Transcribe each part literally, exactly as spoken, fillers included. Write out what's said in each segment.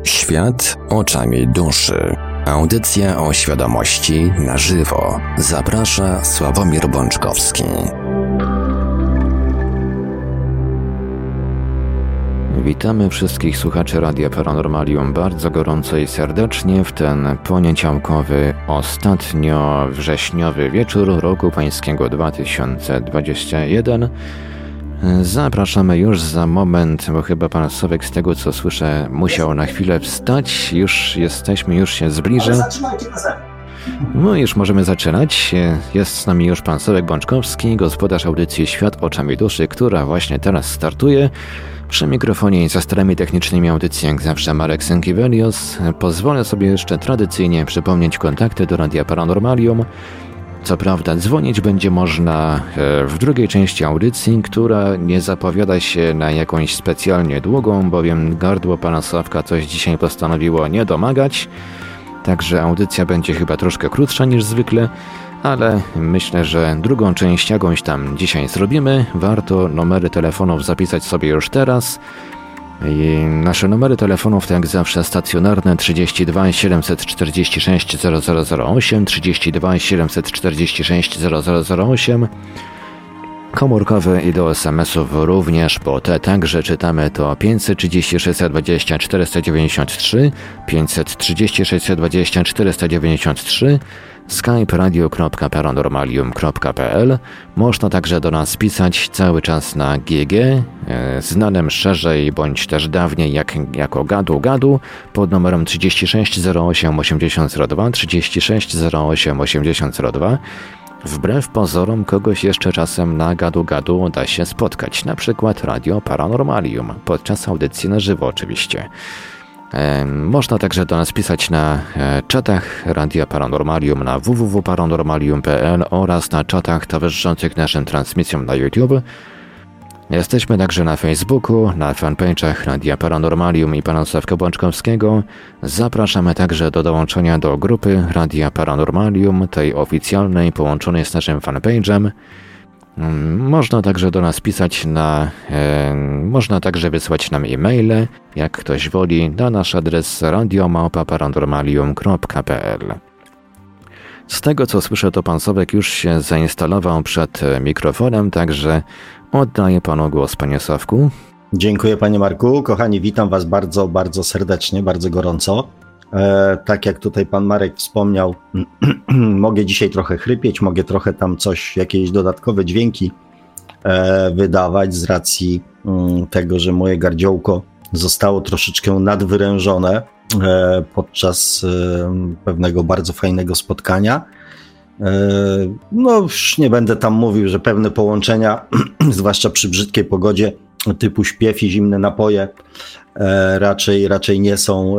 Świat oczami duszy. Audycja o świadomości na żywo. Zaprasza Sławomir Bączkowski. Witamy wszystkich słuchaczy Radia Paranormalium bardzo gorąco i serdecznie w ten poniedziałkowy, ostatnio wrześniowy wieczór roku pańskiego dwa tysiące dwudziestego pierwszego. Zapraszamy już za moment, bo chyba pan Sławek, z tego co słyszę, musiał na chwilę wstać. Już jesteśmy, już się zbliża. No już możemy zaczynać. Jest z nami już pan Sławek Bączkowski, gospodarz audycji Świat oczami duszy, która właśnie teraz startuje. Przy mikrofonie i za starami technicznymi audycji jak zawsze Marek Sękiewelios. Pozwolę sobie jeszcze tradycyjnie przypomnieć kontakty do Radia Paranormalium. Co prawda dzwonić będzie można w drugiej części audycji, która nie zapowiada się na jakąś specjalnie długą, bowiem gardło pana Sławka coś dzisiaj postanowiło nie domagać. Także audycja będzie chyba troszkę krótsza niż zwykle, ale myślę, że drugą część jakąś tam dzisiaj zrobimy. Warto numery telefonów zapisać sobie już teraz. I nasze numery telefonów to jak zawsze stacjonarne trzydzieści dwa siedemset czterdzieści sześć zero zero zero osiem, trzydzieści dwa siedemset czterdzieści sześć zero zero zero osiem. Komórkowe i do es em esów również, bo te także czytamy to pięćset trzydzieści sześć dwadzieścia czterysta dziewięćdziesiąt trzy, pięćset trzydzieści sześć dwadzieścia czterysta dziewięćdziesiąt trzy, skype radio kropka paranormalium kropka p l. Można także do nas pisać cały czas na G G, e, znanym szerzej bądź też dawniej jak, jako gadu gadu pod numerem trzydzieści sześć zero osiem osiemdziesiąt zero dwa, trzydzieści sześć zero osiem osiemdziesiąt zero dwa. Wbrew pozorom kogoś jeszcze czasem na gadu-gadu da się spotkać, na przykład Radio Paranormalium, podczas audycji na żywo oczywiście. E, można także do nas pisać na e, czatach Radia Paranormalium na w w w kropka paranormalium kropka p l oraz na czatach towarzyszących naszym transmisjom na YouTube. Jesteśmy także na Facebooku, na fanpage'ach Radia Paranormalium i pana Sławka Bączkowskiego. Zapraszamy także do dołączenia do grupy Radia Paranormalium, tej oficjalnej, połączonej z naszym fanpage'em. Można także do nas pisać na... E, można także wysłać nam e-maile, jak ktoś woli, na nasz adres radio małpa paranormalium kropka p l. Z tego co słyszę, to pan Sławek już się zainstalował przed mikrofonem, także oddaję panu głos, panie Sławku. Dziękuję, panie Marku. Kochani, witam was bardzo, bardzo serdecznie, bardzo gorąco. E, tak jak tutaj pan Marek wspomniał, mogę dzisiaj trochę chrypieć, mogę trochę tam coś, jakieś dodatkowe dźwięki e, wydawać z racji m, tego, że moje gardziołko zostało troszeczkę nadwyrężone e, podczas e, pewnego bardzo fajnego spotkania. No już nie będę tam mówił, że pewne połączenia, zwłaszcza przy brzydkiej pogodzie, typu śpiew i zimne napoje, raczej, raczej nie są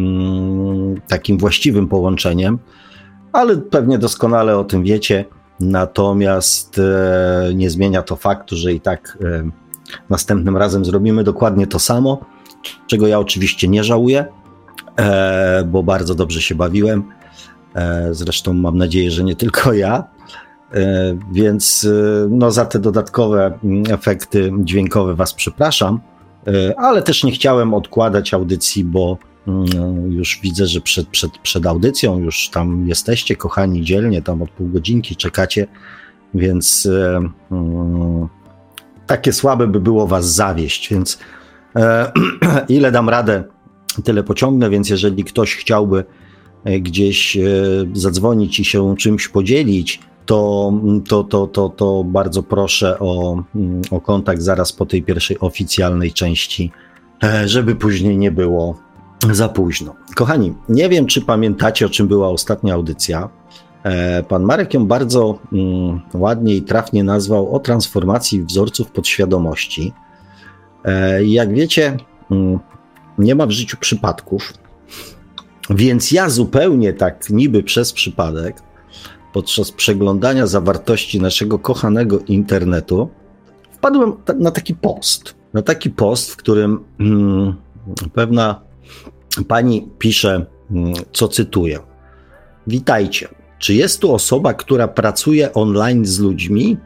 takim właściwym połączeniem, ale pewnie doskonale o tym wiecie, natomiast nie zmienia to faktu, że i tak następnym razem zrobimy dokładnie to samo, czego ja oczywiście nie żałuję, bo bardzo dobrze się bawiłem. Zresztą mam nadzieję, że nie tylko ja, więc no, za te dodatkowe efekty dźwiękowe was przepraszam, ale też nie chciałem odkładać audycji, bo już widzę, że przed, przed, przed audycją już tam jesteście, kochani, dzielnie, tam od pół godzinki czekacie, więc um, takie słabe by było was zawieść, więc e, ile dam radę, tyle pociągnę, więc jeżeli ktoś chciałby gdzieś zadzwonić i się czymś podzielić, to, to, to, to, to bardzo proszę o, o kontakt zaraz po tej pierwszej oficjalnej części, żeby później nie było za późno. Kochani, nie wiem, czy pamiętacie, o czym była ostatnia audycja. Pan Marek ją bardzo ładnie i trafnie nazwał o transformacji wzorców podświadomości. Jak wiecie, nie ma w życiu przypadków, więc ja zupełnie tak niby przez przypadek podczas przeglądania zawartości naszego kochanego internetu wpadłem na taki post. Na taki post, w którym hmm, pewna pani pisze, hmm, co cytuję. Witajcie. Czy jest tu osoba, która pracuje online z ludźmi?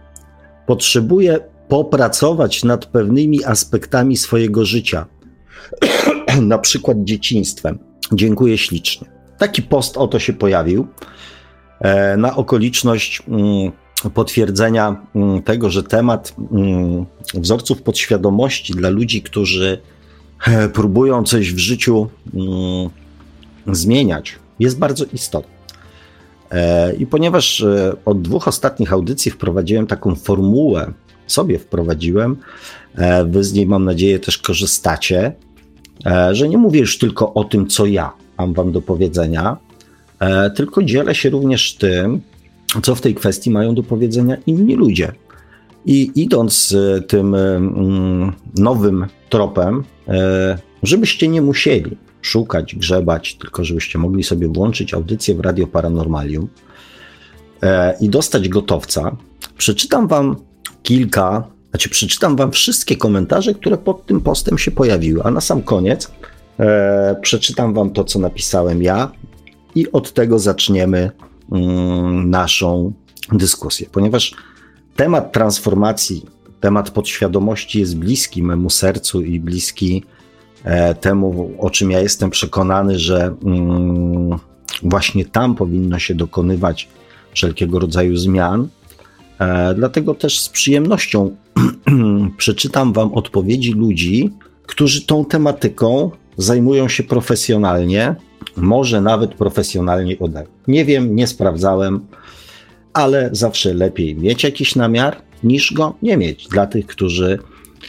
Potrzebuje popracować nad pewnymi aspektami swojego życia. na przykład dzieciństwem. Dziękuję ślicznie. Taki post oto się pojawił na okoliczność potwierdzenia tego, że temat wzorców podświadomości dla ludzi, którzy próbują coś w życiu zmieniać, jest bardzo istotny. I ponieważ od dwóch ostatnich audycji wprowadziłem taką formułę, sobie wprowadziłem, wy z niej mam nadzieję też korzystacie, że nie mówię już tylko o tym, co ja mam wam do powiedzenia, tylko dzielę się również tym, co w tej kwestii mają do powiedzenia inni ludzie. I idąc tym nowym tropem, żebyście nie musieli szukać, grzebać, tylko żebyście mogli sobie włączyć audycję w Radio Paranormalium i dostać gotowca, przeczytam wam kilka, znaczy przeczytam wam wszystkie komentarze, które pod tym postem się pojawiły, a na sam koniec e, przeczytam wam to, co napisałem ja i od tego zaczniemy mm, naszą dyskusję, ponieważ temat transformacji, temat podświadomości jest bliski memu sercu i bliski e, temu, o czym ja jestem przekonany, że mm, właśnie tam powinno się dokonywać wszelkiego rodzaju zmian. E, dlatego też z przyjemnością przeczytam wam odpowiedzi ludzi, którzy tą tematyką zajmują się profesjonalnie, może nawet profesjonalnie ode mnie. Nie wiem, nie sprawdzałem, ale zawsze lepiej mieć jakiś namiar, niż go nie mieć. Dla tych, którzy,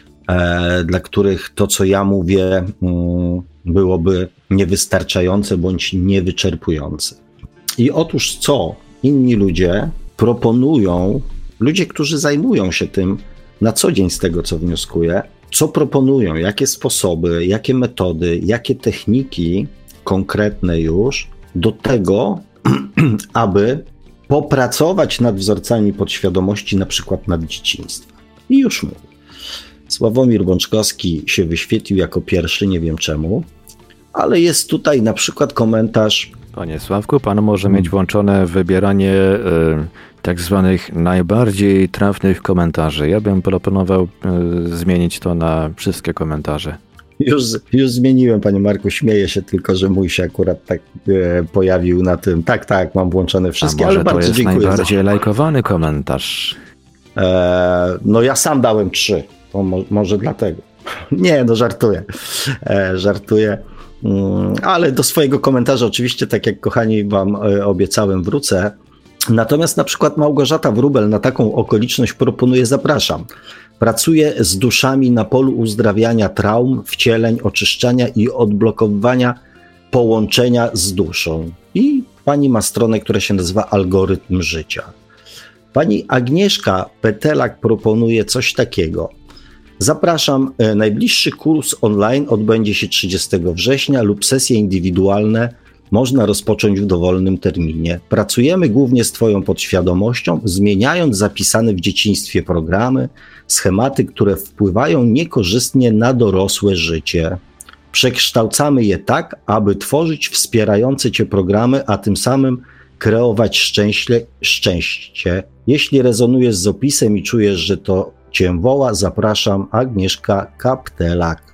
e, dla których to, co ja mówię, mm, byłoby niewystarczające bądź niewyczerpujące. I otóż co inni ludzie proponują, ludzie, którzy zajmują się tym na co dzień, z tego co wnioskuję, co proponują, jakie sposoby, jakie metody, jakie techniki konkretne już do tego, aby popracować nad wzorcami podświadomości, na przykład nad dzieciństwem. I już mówię. Sławomir Bączkowski się wyświetlił jako pierwszy, nie wiem czemu, ale jest tutaj na przykład komentarz. Panie Sławku, pan może mieć włączone wybieranie y, tak zwanych najbardziej trafnych komentarzy. Ja bym proponował y, zmienić to na wszystkie komentarze. Już, już zmieniłem, panie Marku, śmieję się tylko, że mój się akurat tak e, pojawił na tym. Tak, tak, mam włączone wszystkie, A może ale bardzo to jest dziękuję. Najbardziej za... lajkowany komentarz. E, no ja sam dałem trzy, to mo- może dlatego. Nie, no żartuję, e, żartuję. Mm, ale do swojego komentarza oczywiście, tak jak kochani wam e, obiecałem, wrócę. Natomiast na przykład Małgorzata Wróbel na taką okoliczność proponuje, zapraszam. Pracuję z duszami na polu uzdrawiania traum, wcieleń, oczyszczania i odblokowywania połączenia z duszą. I pani ma stronę, która się nazywa Algorytm Życia. Pani Agnieszka Petelak proponuje coś takiego. Zapraszam, najbliższy kurs online odbędzie się trzydziestego września lub sesje indywidualne można rozpocząć w dowolnym terminie. Pracujemy głównie z twoją podświadomością, zmieniając zapisane w dzieciństwie programy, schematy, które wpływają niekorzystnie na dorosłe życie. Przekształcamy je tak, aby tworzyć wspierające cię programy, a tym samym kreować szczęście. szczęście. Jeśli rezonujesz z opisem i czujesz, że to cię woła, zapraszam, Agnieszka Kaptelak.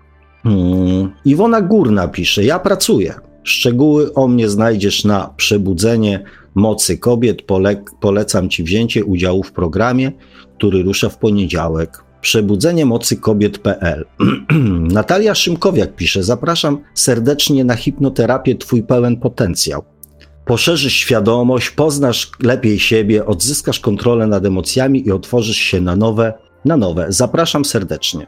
Hmm. Iwona Górna pisze, ja pracuję. Szczegóły o mnie znajdziesz na Przebudzenie Mocy Kobiet. Pole- polecam ci wzięcie udziału w programie, który rusza w poniedziałek. Przebudzenie Mocy Kobiet kropka pe el. Natalia Szymkowiak pisze, zapraszam serdecznie na hipnoterapię Twój pełen potencjał. Poszerzysz świadomość, poznasz lepiej siebie, odzyskasz kontrolę nad emocjami i otworzysz się na nowe, na nowe. Zapraszam serdecznie.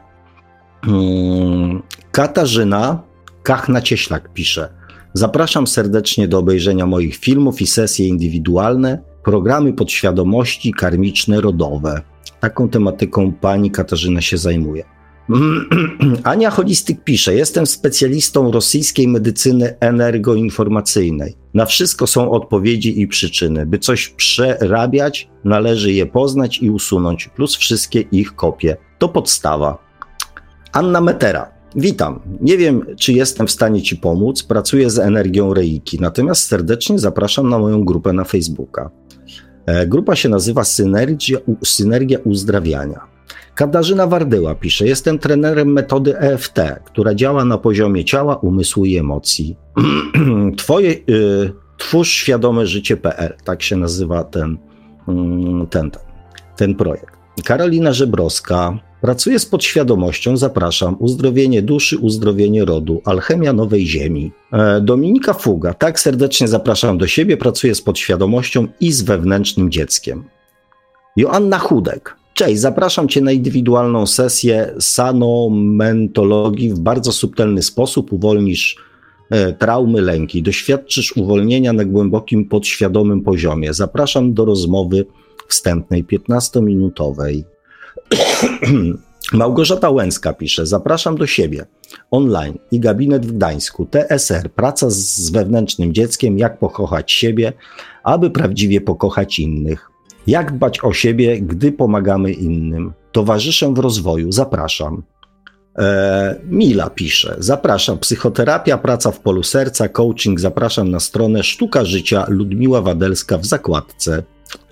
Hmm. Katarzyna Kachna-Cieślak pisze, zapraszam serdecznie do obejrzenia moich filmów i sesje indywidualne, programy podświadomości karmiczne rodowe. Taką tematyką pani Katarzyna się zajmuje. Ania Holistyk pisze, jestem specjalistą rosyjskiej medycyny energoinformacyjnej. Na wszystko są odpowiedzi i przyczyny. By coś przerabiać, należy je poznać i usunąć, plus wszystkie ich kopie. To podstawa. Anna Metera. Witam. Nie wiem, czy jestem w stanie ci pomóc. Pracuję z energią Reiki, natomiast serdecznie zapraszam na moją grupę na Facebooka. Grupa się nazywa Synergia, Synergia Uzdrawiania. Katarzyna Wardyła pisze, jestem trenerem metody E F T, która działa na poziomie ciała, umysłu i emocji. Twoje, y, twórz świadome życie kropka p l, tak się nazywa ten, y, ten, ten projekt. Karolina Żebrowska, pracuję z podświadomością, zapraszam, uzdrowienie duszy, uzdrowienie rodu, alchemia nowej ziemi. E, Dominika Fuga, tak serdecznie zapraszam do siebie, pracuję z podświadomością i z wewnętrznym dzieckiem. Joanna Chudek, cześć, zapraszam Cię na indywidualną sesję sanomentologii. W bardzo subtelny sposób uwolnisz e, traumy, lęki, doświadczysz uwolnienia na głębokim, podświadomym poziomie. Zapraszam do rozmowy wstępnej, piętnastominutowej. Małgorzata Łęcka pisze, zapraszam do siebie, online i gabinet w Gdańsku, T S R, praca z wewnętrznym dzieckiem, jak pokochać siebie, aby prawdziwie pokochać innych. Jak dbać o siebie, gdy pomagamy innym? Towarzyszę w rozwoju, zapraszam. E, Mila pisze, zapraszam, psychoterapia, praca w polu serca, coaching, zapraszam na stronę Sztuka Życia, Ludmiła Wadelska w zakładce.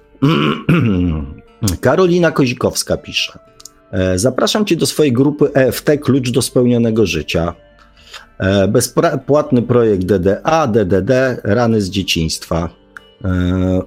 Karolina Kozikowska pisze, e, zapraszam Cię do swojej grupy E F T, klucz do spełnionego życia. E, bezpłatny projekt D D A, D D D, rany z dzieciństwa. E,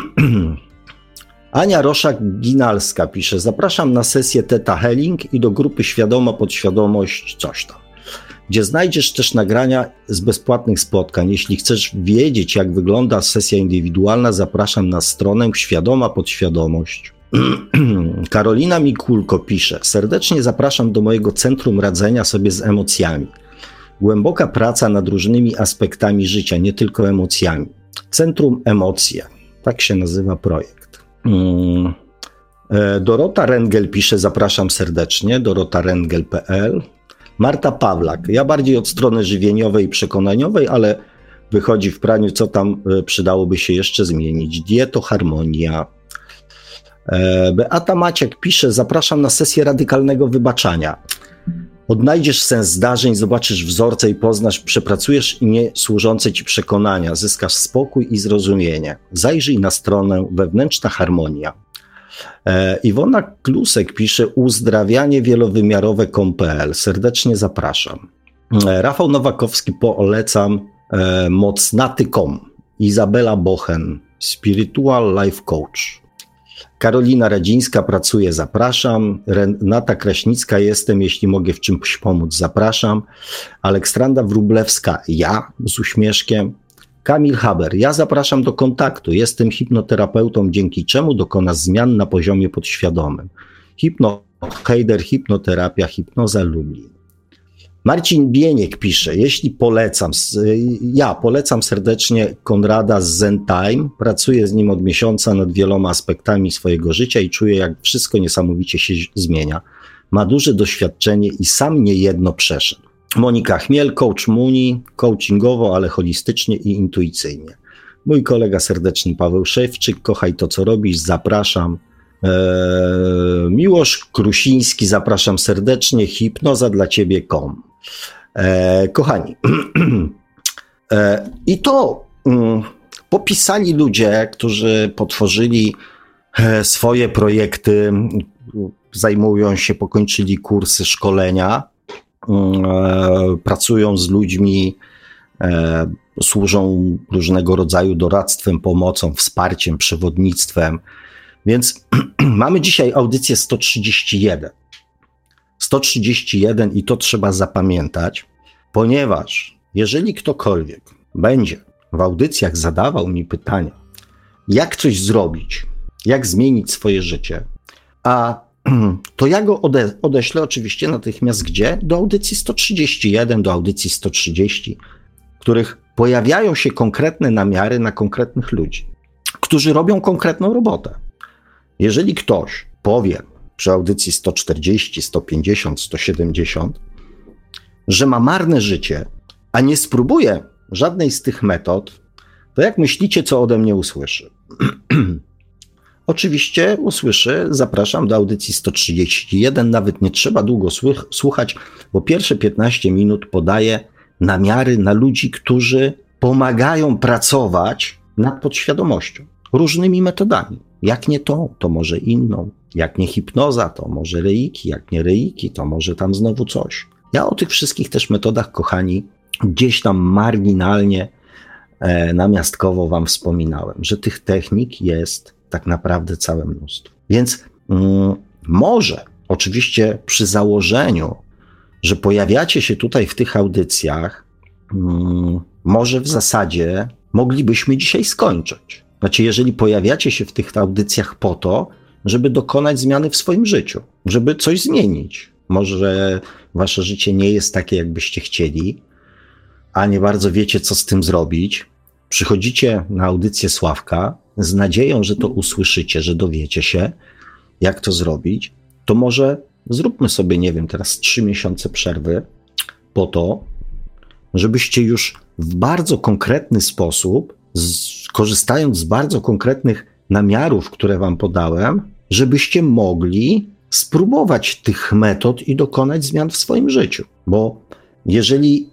Ania Roszak-Ginalska pisze, zapraszam na sesję Theta Healing i do grupy Świadoma Podświadomość coś tam, gdzie znajdziesz też nagrania z bezpłatnych spotkań. Jeśli chcesz wiedzieć, jak wygląda sesja indywidualna, zapraszam na stronę Świadoma Podświadomość. Karolina Mikulko pisze, serdecznie zapraszam do mojego Centrum Radzenia sobie z emocjami. Głęboka praca nad różnymi aspektami życia, nie tylko emocjami. Centrum Emocje, tak się nazywa projekt. Hmm. Dorota Rengel pisze, zapraszam serdecznie, dorota rengel kropka p l. Marta Pawlak, ja bardziej od strony żywieniowej i przekonaniowej, ale wychodzi w praniu, co tam przydałoby się jeszcze zmienić. Dietoharmonia. Beata Maciek pisze, zapraszam na sesję radykalnego wybaczania. Odnajdziesz sens zdarzeń, zobaczysz wzorce i poznasz, przepracujesz niesłużące ci przekonania, zyskasz spokój i zrozumienie. Zajrzyj na stronę Wewnętrzna Harmonia. E, Iwona Klusek pisze, uzdrawianie wielowymiarowe kropka com kropka p l. Serdecznie zapraszam. E, Rafał Nowakowski, polecam e, mocnaty kropka com. Izabela Bochen, Spiritual Life Coach. Karolina Radzińska, pracuje, zapraszam. Renata Kraśnicka, jestem, jeśli mogę w czymś pomóc, zapraszam. Aleksandra Wróblewska, ja, z uśmieszkiem. Kamil Haber, ja zapraszam do kontaktu, jestem hipnoterapeutą, dzięki czemu dokonasz zmian na poziomie podświadomym. Hipno Heider, hipnoterapia, hipnoza Lublin. Marcin Bieniek pisze, jeśli polecam, ja polecam serdecznie Konrada z Zen Time, pracuję z nim od miesiąca nad wieloma aspektami swojego życia i czuję, jak wszystko niesamowicie się zmienia. Ma duże doświadczenie i sam niejedno przeszedł. Monika Chmiel, coach Muni, coachingowo, ale holistycznie i intuicyjnie. Mój kolega serdeczny Paweł Szewczyk, kochaj to, co robisz, zapraszam. Eee, Miłosz Krusiński, zapraszam serdecznie, hipnoza dla ciebie kropka com. Eee, kochani, eee, i to mm, popisali ludzie, którzy potworzyli e, swoje projekty, zajmują się, pokończyli kursy, szkolenia, e, pracują z ludźmi, e, służą różnego rodzaju doradztwem, pomocą, wsparciem, przewodnictwem. Więc mamy dzisiaj audycję sto trzydzieści jeden. sto trzydzieści jeden i to trzeba zapamiętać, ponieważ jeżeli ktokolwiek będzie w audycjach zadawał mi pytania, jak coś zrobić, jak zmienić swoje życie, a to ja go ode- odeślę oczywiście natychmiast gdzie? Do audycji sto trzydzieści jeden, do audycji sto trzydzieści, w których pojawiają się konkretne namiary na konkretnych ludzi, którzy robią konkretną robotę. Jeżeli ktoś powie przy audycji sto czterdzieści, sto pięćdziesiąt, sto siedemdziesiąt, że ma marne życie, a nie spróbuje żadnej z tych metod, to jak myślicie, co ode mnie usłyszy? Oczywiście usłyszy, zapraszam do audycji sto trzydzieści jeden, nawet nie trzeba długo słuchać, bo pierwsze piętnaście minut podaję namiary na ludzi, którzy pomagają pracować nad podświadomością różnymi metodami. Jak nie tą, to może inną. Jak nie hipnoza, to może reiki, jak nie reiki, to może tam znowu coś. Ja o tych wszystkich też metodach, kochani, gdzieś tam marginalnie, e, namiastkowo wam wspominałem, że tych technik jest tak naprawdę całe mnóstwo. Więc mm, może, oczywiście przy założeniu, że pojawiacie się tutaj w tych audycjach, mm, może w zasadzie moglibyśmy dzisiaj skończyć. Znaczy, jeżeli pojawiacie się w tych audycjach po to, żeby dokonać zmiany w swoim życiu, żeby coś zmienić. Może wasze życie nie jest takie, jakbyście chcieli, a nie bardzo wiecie, co z tym zrobić. Przychodzicie na audycję Sławka z nadzieją, że to usłyszycie, że dowiecie się, jak to zrobić. To może zróbmy sobie, nie wiem, teraz trzy miesiące przerwy po to, żebyście już w bardzo konkretny sposób, z, korzystając z bardzo konkretnych namiarów, które wam podałem, żebyście mogli spróbować tych metod i dokonać zmian w swoim życiu. Bo jeżeli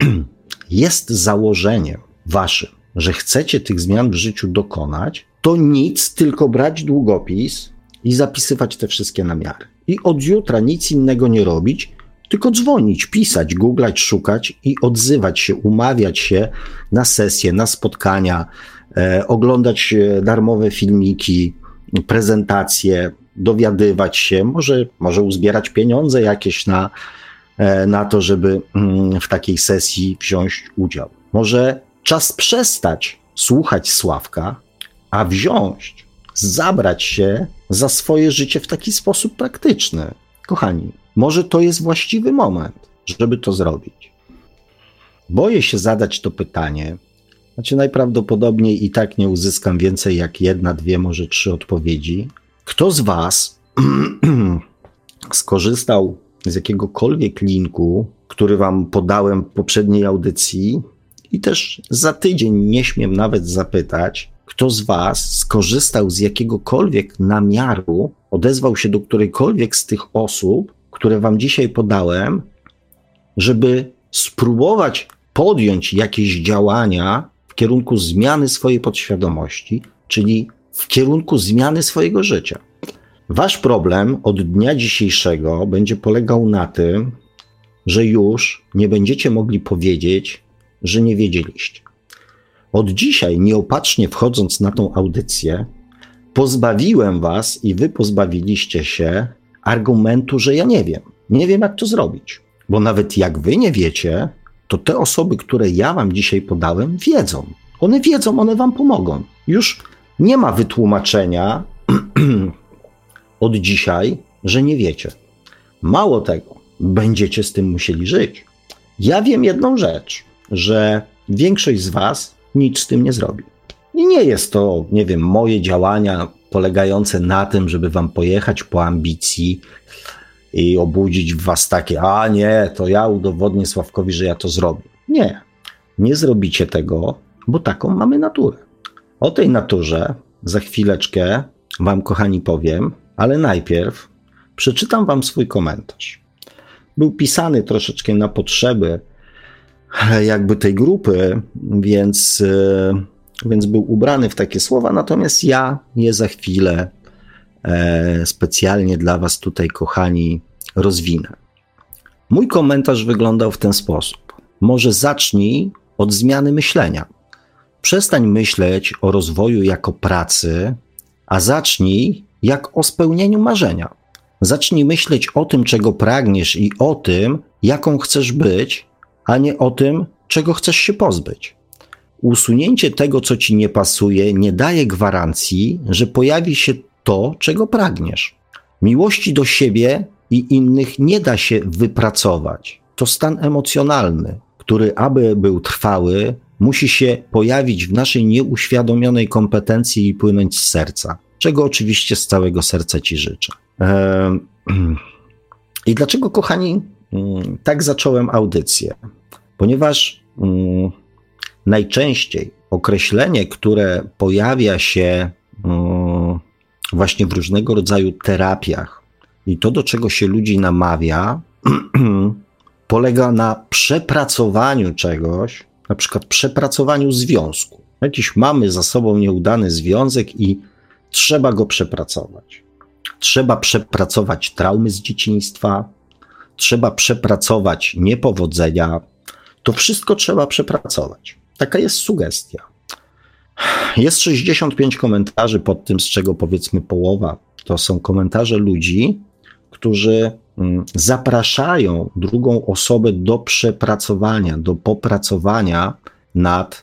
jest założeniem waszym, że chcecie tych zmian w życiu dokonać, to nic, tylko brać długopis i zapisywać te wszystkie namiary. I od jutra nic innego nie robić, tylko dzwonić, pisać, googlać, szukać i odzywać się, umawiać się na sesje, na spotkania, e, oglądać darmowe filmiki, prezentacje, dowiadywać się, może, może uzbierać pieniądze jakieś na, e, na to, żeby mm, w takiej sesji wziąć udział. Może czas przestać słuchać Sławka, a wziąć, zabrać się za swoje życie w taki sposób praktyczny. Kochani, może to jest właściwy moment, żeby to zrobić. Boję się zadać to pytanie, znaczy najprawdopodobniej i tak nie uzyskam więcej jak jedna, dwie, może trzy odpowiedzi. Kto z was skorzystał z jakiegokolwiek linku, który wam podałem w poprzedniej audycji i też za tydzień nie śmiem nawet zapytać, kto z was skorzystał z jakiegokolwiek namiaru, odezwał się do którejkolwiek z tych osób, które wam dzisiaj podałem, żeby spróbować podjąć jakieś działania w kierunku zmiany swojej podświadomości, czyli w kierunku zmiany swojego życia. Wasz problem od dnia dzisiejszego będzie polegał na tym, że już nie będziecie mogli powiedzieć, że nie wiedzieliście. Od dzisiaj, nieopatrznie wchodząc na tą audycję, pozbawiłem was i wy pozbawiliście się argumentu, że ja nie wiem. Nie wiem, jak to zrobić. Bo nawet jak wy nie wiecie, to te osoby, które ja wam dzisiaj podałem, wiedzą. One wiedzą, one wam pomogą. Już nie ma wytłumaczenia od dzisiaj, że nie wiecie. Mało tego, będziecie z tym musieli żyć. Ja wiem jedną rzecz, że większość z was nic z tym nie zrobi. I nie jest to, nie wiem, moje działania polegające na tym, żeby wam pojechać po ambicji i obudzić w was takie, a nie, to ja udowodnię Sławkowi, że ja to zrobię. Nie, nie zrobicie tego, bo taką mamy naturę. O tej naturze za chwileczkę wam, kochani, powiem, ale najpierw przeczytam wam swój komentarz. Był pisany troszeczkę na potrzeby jakby tej grupy, więc, więc był ubrany w takie słowa, natomiast ja je za chwilę e, specjalnie dla was tutaj, kochani, rozwinę. Mój komentarz wyglądał w ten sposób. Może zacznij od zmiany myślenia. Przestań myśleć o rozwoju jako pracy, a zacznij jak o spełnieniu marzenia. Zacznij myśleć o tym, czego pragniesz i o tym, jaką chcesz być, a nie o tym, czego chcesz się pozbyć. Usunięcie tego, co ci nie pasuje, nie daje gwarancji, że pojawi się to, czego pragniesz. Miłości do siebie i innych nie da się wypracować. To stan emocjonalny, który, aby był trwały, musi się pojawić w naszej nieuświadomionej kompetencji i płynąć z serca, czego oczywiście z całego serca ci życzę. Eee, I dlaczego, kochani, tak zacząłem audycję? Ponieważ um, najczęściej określenie, które pojawia się um, właśnie w różnego rodzaju terapiach i to, do czego się ludzi namawia, polega na przepracowaniu czegoś, na przykład przepracowaniu związku. Jakiś mamy za sobą nieudany związek i trzeba go przepracować. trzeba przepracować traumy z dzieciństwa, trzeba przepracować niepowodzenia. To wszystko trzeba przepracować. Taka jest sugestia. Jest sześćdziesiąt pięć komentarzy pod tym, z czego powiedzmy połowa to są komentarze ludzi, którzy zapraszają drugą osobę do przepracowania, do popracowania nad,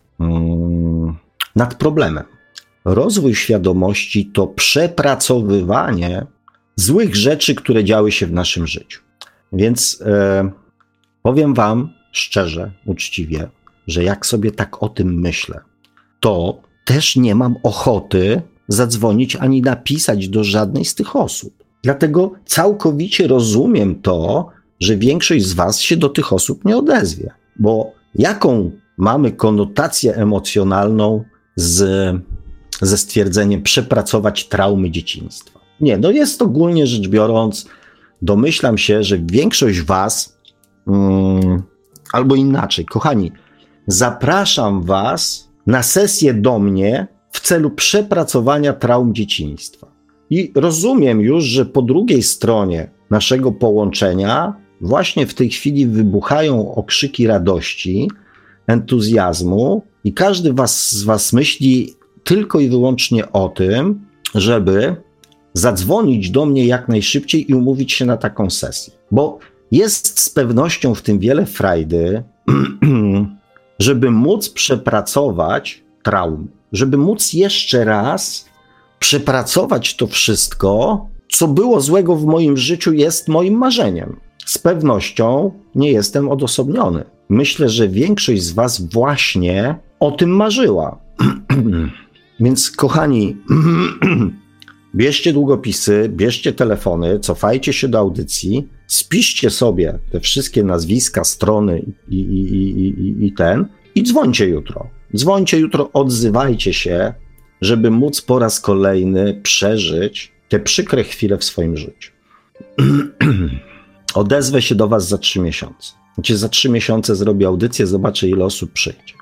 nad problemem. Rozwój świadomości to przepracowywanie złych rzeczy, które działy się w naszym życiu. Więc e, powiem wam szczerze, uczciwie, że jak sobie tak o tym myślę, to też nie mam ochoty zadzwonić ani napisać do żadnej z tych osób. Dlatego całkowicie rozumiem to, że większość z was się do tych osób nie odezwie. Bo jaką mamy konotację emocjonalną z, ze stwierdzeniem przepracować traumy dzieciństwa? Nie, no jest ogólnie rzecz biorąc, domyślam się, że większość was, hmm, albo inaczej, kochani, zapraszam was na sesję do mnie w celu przepracowania traum dzieciństwa. I rozumiem już, że po drugiej stronie naszego połączenia właśnie w tej chwili wybuchają okrzyki radości, entuzjazmu i każdy was, z was myśli tylko i wyłącznie o tym, żeby zadzwonić do mnie jak najszybciej i umówić się na taką sesję. Bo jest z pewnością w tym wiele frajdy, żeby móc przepracować traumy, żeby móc jeszcze raz przepracować to wszystko, co było złego w moim życiu, jest moim marzeniem. Z pewnością nie jestem odosobniony. Myślę, że większość z was właśnie o tym marzyła. Więc kochani, bierzcie długopisy, bierzcie telefony, cofajcie się do audycji, spiszcie sobie te wszystkie nazwiska, strony i, i, i, i, i ten i dzwońcie jutro. Dzwońcie jutro, odzywajcie się, żeby móc po raz kolejny przeżyć te przykre chwile w swoim życiu. Odezwę się do was za trzy miesiące. Znaczy za trzy miesiące zrobię audycję, zobaczę ile osób przyjdzie.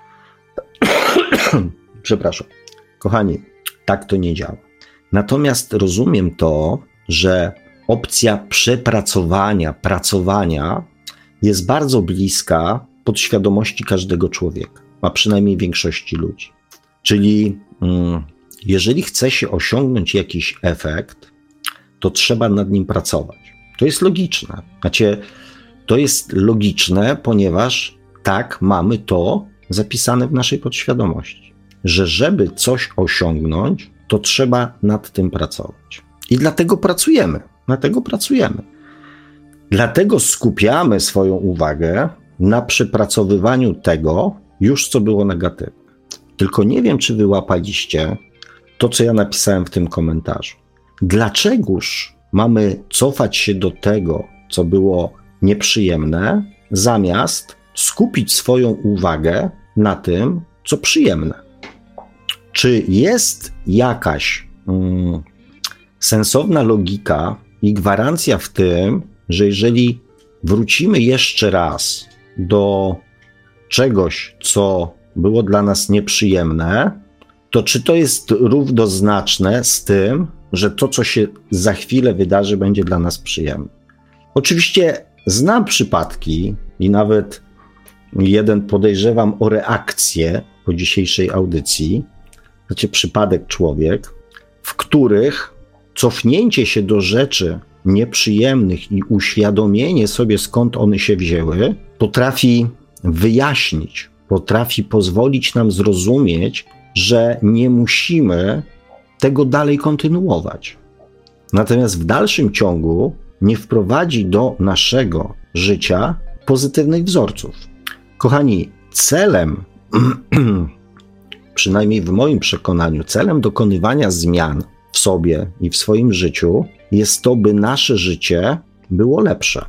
Przepraszam. Kochani, tak to nie działa. Natomiast rozumiem to, że opcja przepracowania, pracowania jest bardzo bliska podświadomości każdego człowieka, a przynajmniej większości ludzi. Czyli mm, jeżeli chce się osiągnąć jakiś efekt, to trzeba nad nim pracować. To jest logiczne. Znaczy, to jest logiczne, ponieważ tak mamy to zapisane w naszej podświadomości, że żeby coś osiągnąć, to trzeba nad tym pracować. I dlatego pracujemy. Dlatego pracujemy. Dlatego skupiamy swoją uwagę na przepracowywaniu tego, już co było negatywne. Tylko nie wiem, czy wyłapaliście to, co ja napisałem w tym komentarzu. Dlaczegoż mamy cofać się do tego, co było nieprzyjemne, zamiast skupić swoją uwagę na tym, co przyjemne? Czy jest jakaś mm, sensowna logika i gwarancja w tym, że jeżeli wrócimy jeszcze raz do czegoś, co było dla nas nieprzyjemne, to czy to jest równoznaczne z tym, że to, co się za chwilę wydarzy, będzie dla nas przyjemne? Oczywiście znam przypadki i nawet jeden podejrzewam o reakcję po dzisiejszej audycji, znaczy przypadek człowiek, w których cofnięcie się do rzeczy nieprzyjemnych i uświadomienie sobie, skąd one się wzięły, potrafi wyjaśnić, potrafi pozwolić nam zrozumieć, że nie musimy tego dalej kontynuować. Natomiast w dalszym ciągu nie wprowadzi do naszego życia pozytywnych wzorców. Kochani, celem, przynajmniej w moim przekonaniu, celem dokonywania zmian w sobie i w swoim życiu jest to, by nasze życie było lepsze.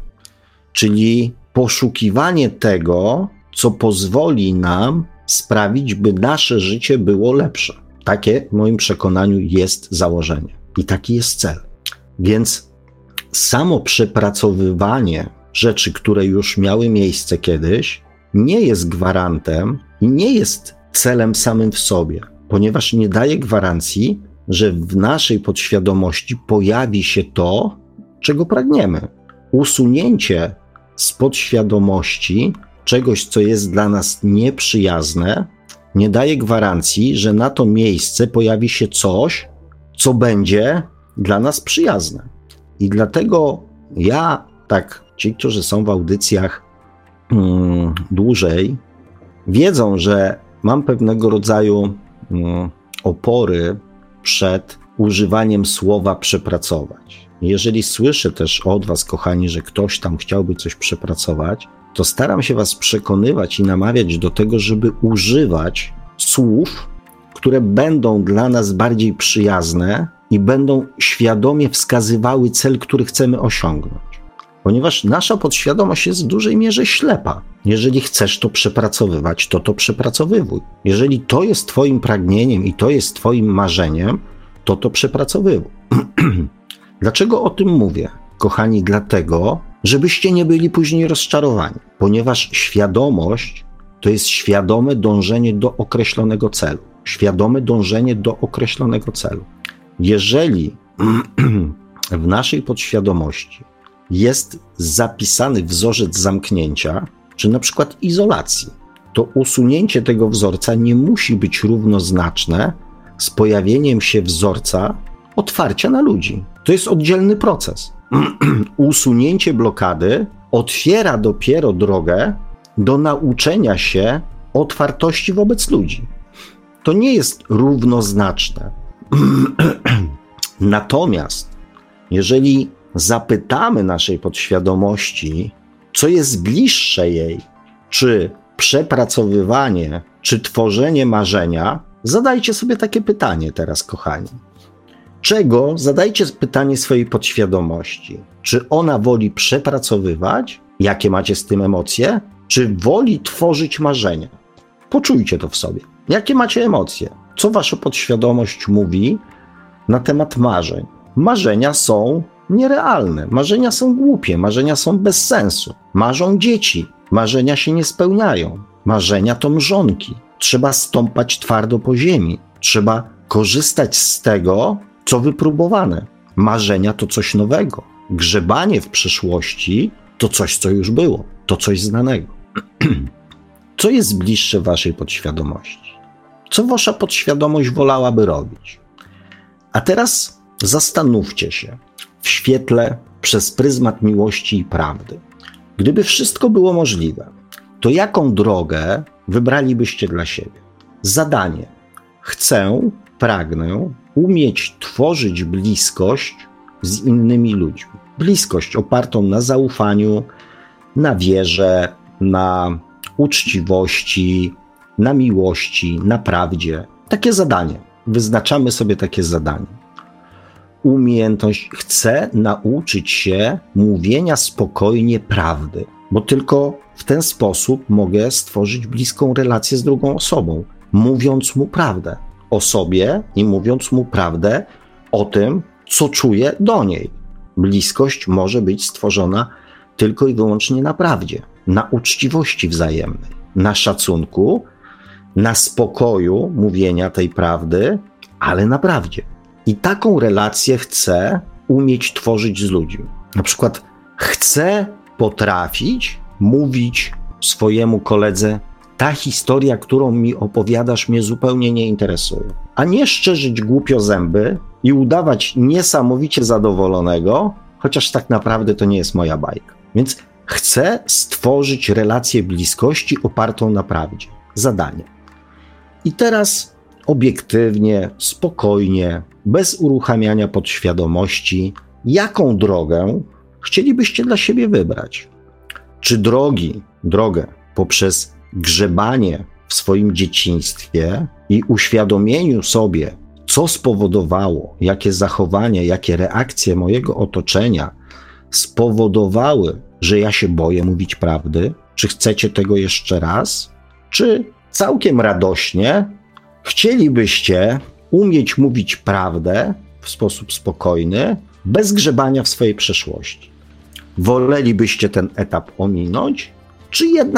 Czyli poszukiwanie tego, co pozwoli nam sprawić, by nasze życie było lepsze. Takie w moim przekonaniu jest założenie i taki jest cel. Więc samo przepracowywanie rzeczy, które już miały miejsce kiedyś, nie jest gwarantem i nie jest celem samym w sobie, ponieważ nie daje gwarancji, że w naszej podświadomości pojawi się to, czego pragniemy. Usunięcie z podświadomości czegoś, co jest dla nas nieprzyjazne, nie daje gwarancji, że na to miejsce pojawi się coś, co będzie dla nas przyjazne. I dlatego ja, tak, ci, którzy są w audycjach hmm, dłużej, wiedzą, że mam pewnego rodzaju hmm, opory przed używaniem słowa przepracować. Jeżeli słyszę też od was, kochani, że ktoś tam chciałby coś przepracować, to staram się was przekonywać i namawiać do tego, żeby używać słów, które będą dla nas bardziej przyjazne i będą świadomie wskazywały cel, który chcemy osiągnąć. Ponieważ nasza podświadomość jest w dużej mierze ślepa. Jeżeli chcesz to przepracowywać, to to przepracowywuj. Jeżeli to jest twoim pragnieniem i to jest twoim marzeniem, to to przepracowywuj. Dlaczego o tym mówię? Kochani, dlatego, żebyście nie byli później rozczarowani. Ponieważ świadomość to jest świadome dążenie do określonego celu. Świadome dążenie do określonego celu. Jeżeli w naszej podświadomości jest zapisany wzorzec zamknięcia, czy na przykład izolacji, to usunięcie tego wzorca nie musi być równoznaczne z pojawieniem się wzorca otwarcia na ludzi. To jest oddzielny proces. Usunięcie blokady otwiera dopiero drogę do nauczenia się otwartości wobec ludzi. To nie jest równoznaczne. Natomiast jeżeli zapytamy naszej podświadomości, co jest bliższe jej, czy przepracowywanie, czy tworzenie marzenia, zadajcie sobie takie pytanie teraz, kochani. Czego? Zadajcie pytanie swojej podświadomości. Czy ona woli przepracowywać? Jakie macie z tym emocje? Czy woli tworzyć marzenia? Poczujcie to w sobie. Jakie macie emocje? Co wasza podświadomość mówi na temat marzeń? Marzenia są nierealne, marzenia są głupie, marzenia są bez sensu. Marzą dzieci, marzenia się nie spełniają. Marzenia to mrzonki. Trzeba stąpać twardo po ziemi. Trzeba korzystać z tego, co wypróbowane. Marzenia to coś nowego. Grzebanie w przeszłości to coś, co już było. To coś znanego. Co jest bliższe waszej podświadomości? Co wasza podświadomość wolałaby robić? A teraz zastanówcie się w świetle przez pryzmat miłości i prawdy. Gdyby wszystko było możliwe, to jaką drogę wybralibyście dla siebie? Zadanie. Chcę, pragnę umieć tworzyć bliskość z innymi ludźmi. Bliskość opartą na zaufaniu, na wierze, na uczciwości, na miłości, na prawdzie. Takie zadanie. Wyznaczamy sobie takie zadanie. Umiejętność. Chcę nauczyć się mówienia spokojnie prawdy, bo tylko w ten sposób mogę stworzyć bliską relację z drugą osobą, mówiąc mu prawdę o sobie i mówiąc mu prawdę o tym, co czuję do niej. Bliskość może być stworzona tylko i wyłącznie na prawdzie, na uczciwości wzajemnej, na szacunku, na spokoju mówienia tej prawdy, ale na prawdzie. I taką relację chcę umieć tworzyć z ludźmi. Na przykład chcę potrafić mówić swojemu koledze: ta historia, którą mi opowiadasz, mnie zupełnie nie interesuje. A nie szczerzyć głupio zęby i udawać niesamowicie zadowolonego, chociaż tak naprawdę to nie jest moja bajka. Więc chcę stworzyć relację bliskości opartą na prawdzie. Zadanie. I teraz obiektywnie, spokojnie, bez uruchamiania podświadomości, jaką drogę chcielibyście dla siebie wybrać? Czy drogi, drogę poprzez grzebanie w swoim dzieciństwie i uświadomieniu sobie, co spowodowało, jakie zachowania, jakie reakcje mojego otoczenia spowodowały, że ja się boję mówić prawdy? Czy chcecie tego jeszcze raz? Czy całkiem radośnie chcielibyście umieć mówić prawdę w sposób spokojny, bez grzebania w swojej przeszłości? Wolelibyście ten etap ominąć, czy jednak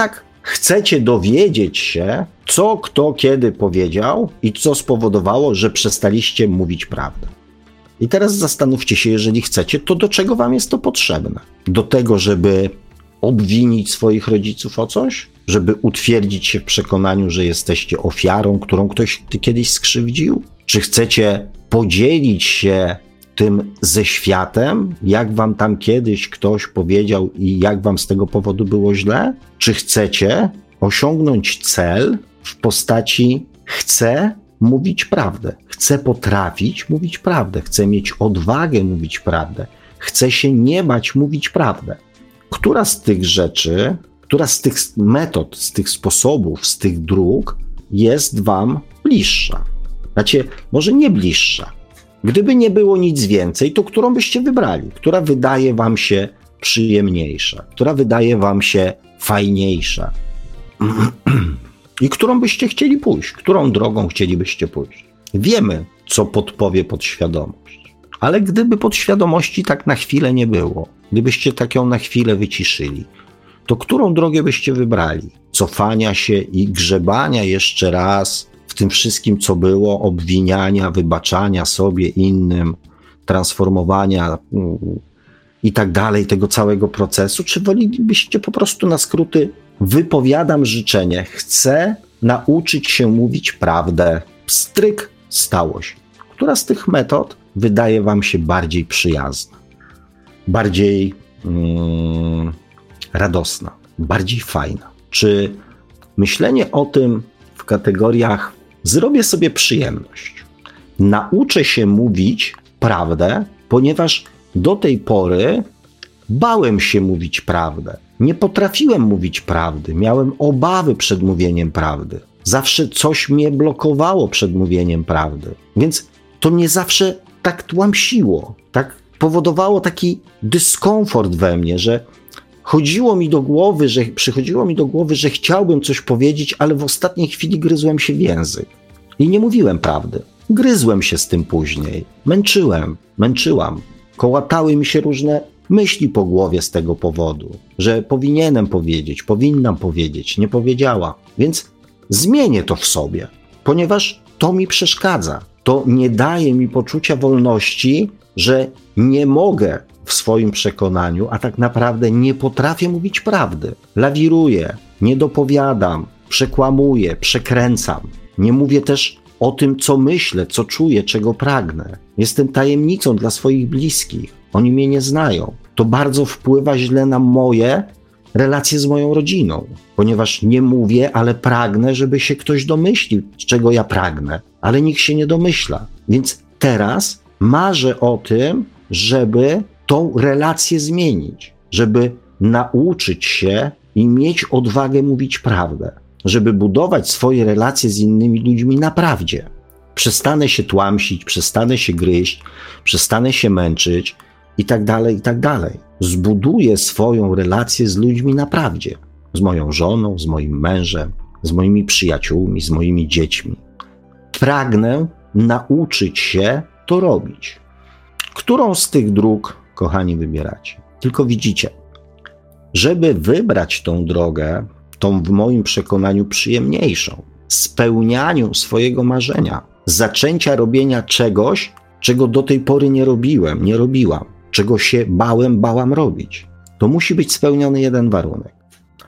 Chcecie dowiedzieć się, co kto kiedy powiedział i co spowodowało, że przestaliście mówić prawdę. I teraz zastanówcie się, jeżeli chcecie, to do czego wam jest to potrzebne? Do tego, żeby obwinić swoich rodziców o coś? Żeby utwierdzić się w przekonaniu, że jesteście ofiarą, którą ktoś kiedyś skrzywdził? Czy chcecie podzielić się tym ze światem, jak wam tam kiedyś ktoś powiedział i jak wam z tego powodu było źle? Czy chcecie osiągnąć cel w postaci chcę mówić prawdę, chcę potrafić mówić prawdę, chcę mieć odwagę mówić prawdę, chcę się nie bać mówić prawdę? Która z tych rzeczy, która z tych metod, z tych sposobów, z tych dróg jest wam bliższa? Znaczy, może nie bliższa. Gdyby nie było nic więcej, to którą byście wybrali? Która wydaje wam się przyjemniejsza? Która wydaje wam się fajniejsza? I którą byście chcieli pójść? Którą drogą chcielibyście pójść? Wiemy, co podpowie podświadomość. Ale gdyby podświadomości tak na chwilę nie było, gdybyście tak ją na chwilę wyciszyli, to którą drogę byście wybrali? Cofania się i grzebania jeszcze raz w tym wszystkim, co było, obwiniania, wybaczania sobie, innym, transformowania i tak dalej, tego całego procesu? Czy wolelibyście po prostu na skróty wypowiadam życzenie, chcę nauczyć się mówić prawdę, pstryk, stało się? Która z tych metod wydaje wam się bardziej przyjazna, bardziej mm, radosna, bardziej fajna? Czy myślenie o tym w kategoriach zrobię sobie przyjemność, nauczę się mówić prawdę, ponieważ do tej pory bałem się mówić prawdę, nie potrafiłem mówić prawdy, miałem obawy przed mówieniem prawdy, zawsze coś mnie blokowało przed mówieniem prawdy, więc to nie zawsze tak tłamsiło, tak powodowało taki dyskomfort we mnie, że chodziło mi do głowy, że przychodziło mi do głowy, że chciałbym coś powiedzieć, ale w ostatniej chwili gryzłem się w język i nie mówiłem prawdy. Gryzłem się z tym później, męczyłem, męczyłam, kołatały mi się różne myśli po głowie z tego powodu, że powinienem powiedzieć, powinnam powiedzieć, nie powiedziała. Więc zmienię to w sobie, ponieważ to mi przeszkadza. To nie daje mi poczucia wolności, że nie mogę w swoim przekonaniu, a tak naprawdę nie potrafię mówić prawdy. Lawiruję, nie dopowiadam, przekłamuję, przekręcam. Nie mówię też o tym, co myślę, co czuję, czego pragnę. Jestem tajemnicą dla swoich bliskich. Oni mnie nie znają. To bardzo wpływa źle na moje relacje z moją rodziną, ponieważ nie mówię, ale pragnę, żeby się ktoś domyślił, czego ja pragnę, ale nikt się nie domyśla. Więc teraz marzę o tym, żeby tą relację zmienić, żeby nauczyć się i mieć odwagę mówić prawdę, żeby budować swoje relacje z innymi ludźmi na prawdzie. Przestanę się tłamsić, przestanę się gryźć, przestanę się męczyć i tak dalej, i tak dalej. Zbuduję swoją relację z ludźmi na prawdzie. Z moją żoną, z moim mężem, z moimi przyjaciółmi, z moimi dziećmi. Pragnę nauczyć się to robić. Którą z tych dróg, kochani, wybieracie? Tylko widzicie, żeby wybrać tą drogę, tą w moim przekonaniu przyjemniejszą, spełnianiu swojego marzenia, zaczęcia robienia czegoś, czego do tej pory nie robiłem, nie robiłam, czego się bałem, bałam robić, to musi być spełniony jeden warunek.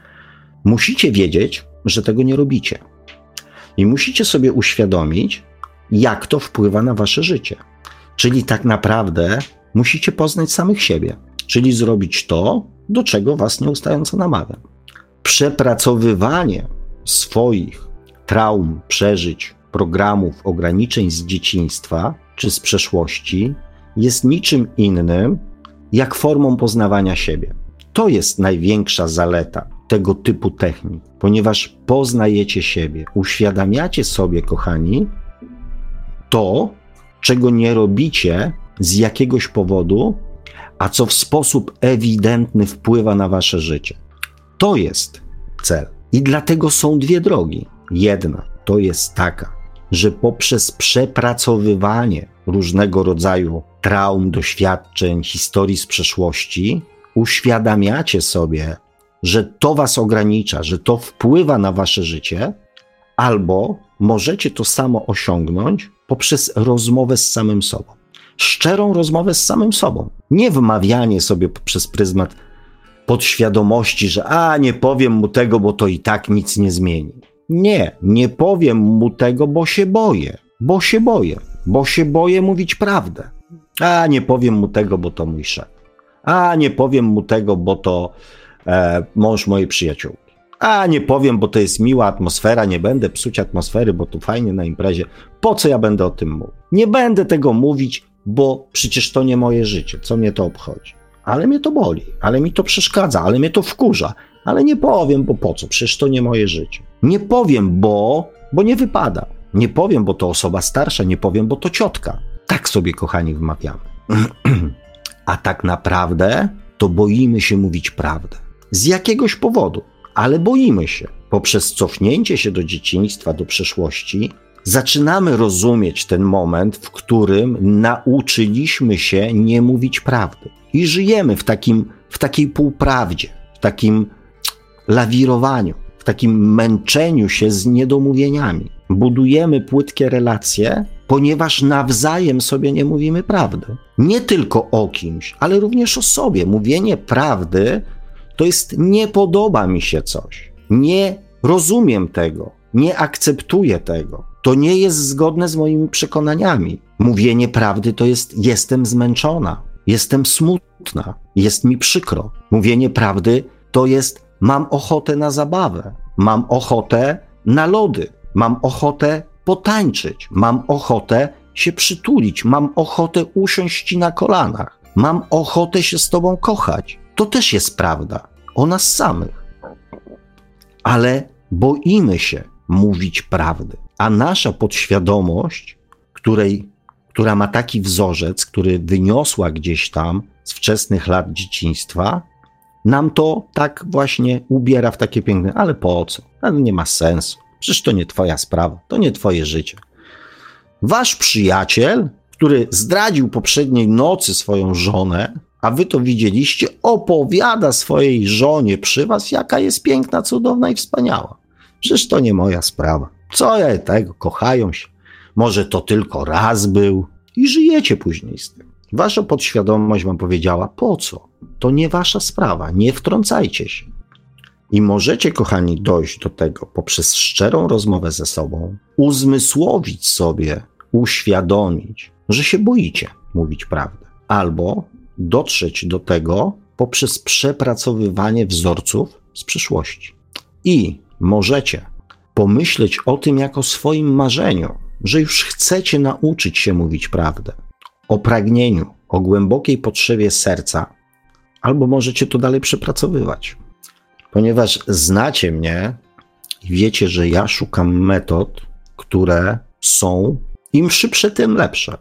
Musicie wiedzieć, że tego nie robicie. I musicie sobie uświadomić, jak to wpływa na wasze życie. Czyli tak naprawdę musicie poznać samych siebie, czyli zrobić to, do czego was nieustająco namawiam. Przepracowywanie swoich traum, przeżyć, programów, ograniczeń z dzieciństwa czy z przeszłości jest niczym innym jak formą poznawania siebie. To jest największa zaleta tego typu technik, ponieważ poznajecie siebie, uświadamiacie sobie, kochani, to, czego nie robicie z jakiegoś powodu, a co w sposób ewidentny wpływa na wasze życie. To jest cel. I dlatego są dwie drogi. Jedna to jest taka, że poprzez przepracowywanie różnego rodzaju traum, doświadczeń, historii z przeszłości uświadamiacie sobie, że to was ogranicza, że to wpływa na wasze życie, albo możecie to samo osiągnąć poprzez rozmowę z samym sobą. Szczerą rozmowę z samym sobą. Nie wmawianie sobie przez pryzmat podświadomości, że a, nie powiem mu tego, bo to i tak nic nie zmieni. Nie, nie powiem mu tego, bo się boję. Bo się boję. Bo się boję mówić prawdę. A, nie powiem mu tego, bo to mój szef. A, nie powiem mu tego, bo to e, mąż mojej przyjaciółki. A, nie powiem, bo to jest miła atmosfera, nie będę psuć atmosfery, bo tu fajnie na imprezie. Po co ja będę o tym mówił? Nie będę tego mówić, bo przecież to nie moje życie. Co mnie to obchodzi? Ale mnie to boli, ale mi to przeszkadza, ale mnie to wkurza. Ale nie powiem, bo po co? Przecież to nie moje życie. Nie powiem, bo, bo nie wypada. Nie powiem, bo to osoba starsza, nie powiem, bo to ciotka. Tak sobie, kochani, wmawiamy. A tak naprawdę to boimy się mówić prawdę. Z jakiegoś powodu, ale boimy się. Poprzez cofnięcie się do dzieciństwa, do przeszłości, zaczynamy rozumieć ten moment, w którym nauczyliśmy się nie mówić prawdy. I żyjemy w takim, w takiej półprawdzie, w takim lawirowaniu, w takim męczeniu się z niedomówieniami. Budujemy płytkie relacje, ponieważ nawzajem sobie nie mówimy prawdy. Nie tylko o kimś, ale również o sobie. Mówienie prawdy to jest nie podoba mi się coś, nie rozumiem tego, nie akceptuję tego. To nie jest zgodne z moimi przekonaniami. Mówienie prawdy to jest jestem zmęczona, jestem smutna, jest mi przykro. Mówienie prawdy to jest mam ochotę na zabawę, mam ochotę na lody, mam ochotę potańczyć, mam ochotę się przytulić, mam ochotę usiąść ci na kolanach, mam ochotę się z tobą kochać. To też jest prawda o nas samych. Ale boimy się mówić prawdy, a nasza podświadomość, której, która ma taki wzorzec, który wyniosła gdzieś tam z wczesnych lat dzieciństwa, nam to tak właśnie ubiera w takie piękne, ale po co? Ale nie ma sensu. Przecież to nie twoja sprawa, to nie twoje życie. Wasz przyjaciel, który zdradził poprzedniej nocy swoją żonę, a wy to widzieliście, opowiada swojej żonie przy was, jaka jest piękna, cudowna i wspaniała. Przecież to nie moja sprawa. Co ja tego, kochają się. Może to tylko raz był i żyjecie później z tym. Wasza podświadomość wam powiedziała, po co? To nie wasza sprawa, nie wtrącajcie się. I możecie, kochani, dojść do tego poprzez szczerą rozmowę ze sobą, uzmysłowić sobie, uświadomić, że się boicie mówić prawdę. Albo dotrzeć do tego poprzez przepracowywanie wzorców z przeszłości. I możecie pomyśleć o tym jako swoim marzeniu, że już chcecie nauczyć się mówić prawdę. O pragnieniu, o głębokiej potrzebie serca, albo możecie to dalej przepracowywać. Ponieważ znacie mnie i wiecie, że ja szukam metod, które są im szybsze, tym lepsze.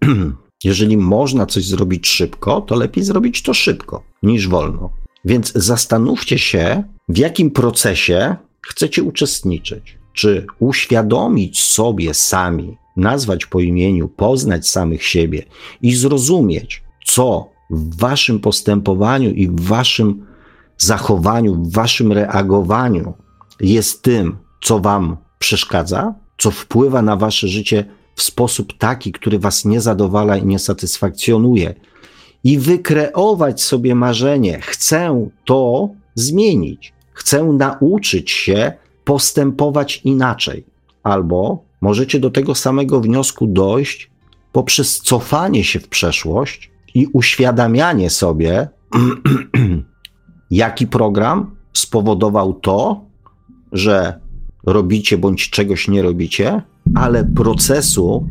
Jeżeli można coś zrobić szybko, to lepiej zrobić to szybko niż wolno. Więc zastanówcie się, w jakim procesie chcecie uczestniczyć. Czy uświadomić sobie sami, nazwać po imieniu, poznać samych siebie i zrozumieć, co w waszym postępowaniu i w waszym zachowaniu, w waszym reagowaniu jest tym, co wam przeszkadza, co wpływa na wasze życie w sposób taki, który was nie zadowala i nie satysfakcjonuje, i wykreować sobie marzenie, chcę to zmienić, chcę nauczyć się postępować inaczej. Albo możecie do tego samego wniosku dojść poprzez cofanie się w przeszłość i uświadamianie sobie, jaki program spowodował to, że robicie bądź czegoś nie robicie, ale procesu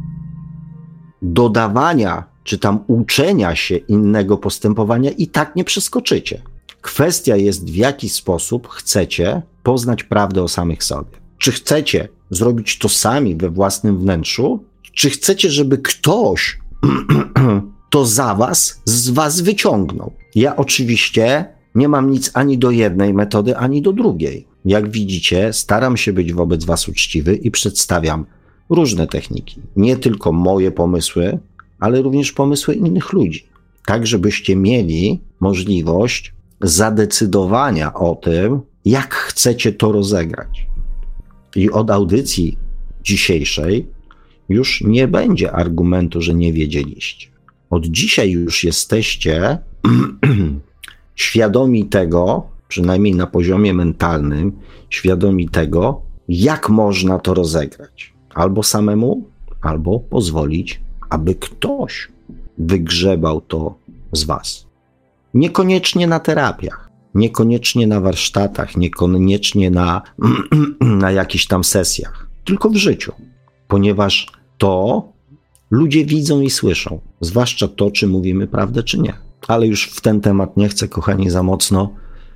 dodawania czy tam uczenia się innego postępowania i tak nie przeskoczycie. Kwestia jest, w jaki sposób chcecie poznać prawdę o samych sobie. Czy chcecie zrobić to sami we własnym wnętrzu, czy chcecie, żeby ktoś to za was, z was wyciągnął. Ja oczywiście nie mam nic ani do jednej metody, ani do drugiej. Jak widzicie, staram się być wobec was uczciwy i przedstawiam różne techniki. Nie tylko moje pomysły, ale również pomysły innych ludzi. Tak, żebyście mieli możliwość zadecydowania o tym, jak chcecie to rozegrać. I od audycji dzisiejszej już nie będzie argumentu, że nie wiedzieliście. Od dzisiaj już jesteście świadomi tego, przynajmniej na poziomie mentalnym, świadomi tego, jak można to rozegrać. Albo samemu, albo pozwolić, aby ktoś wygrzebał to z was. Niekoniecznie na terapiach, niekoniecznie na warsztatach, niekoniecznie na, na jakichś tam sesjach, tylko w życiu, ponieważ to ludzie widzą i słyszą, zwłaszcza to, czy mówimy prawdę, czy nie. Ale już w ten temat nie chcę, kochani, za mocno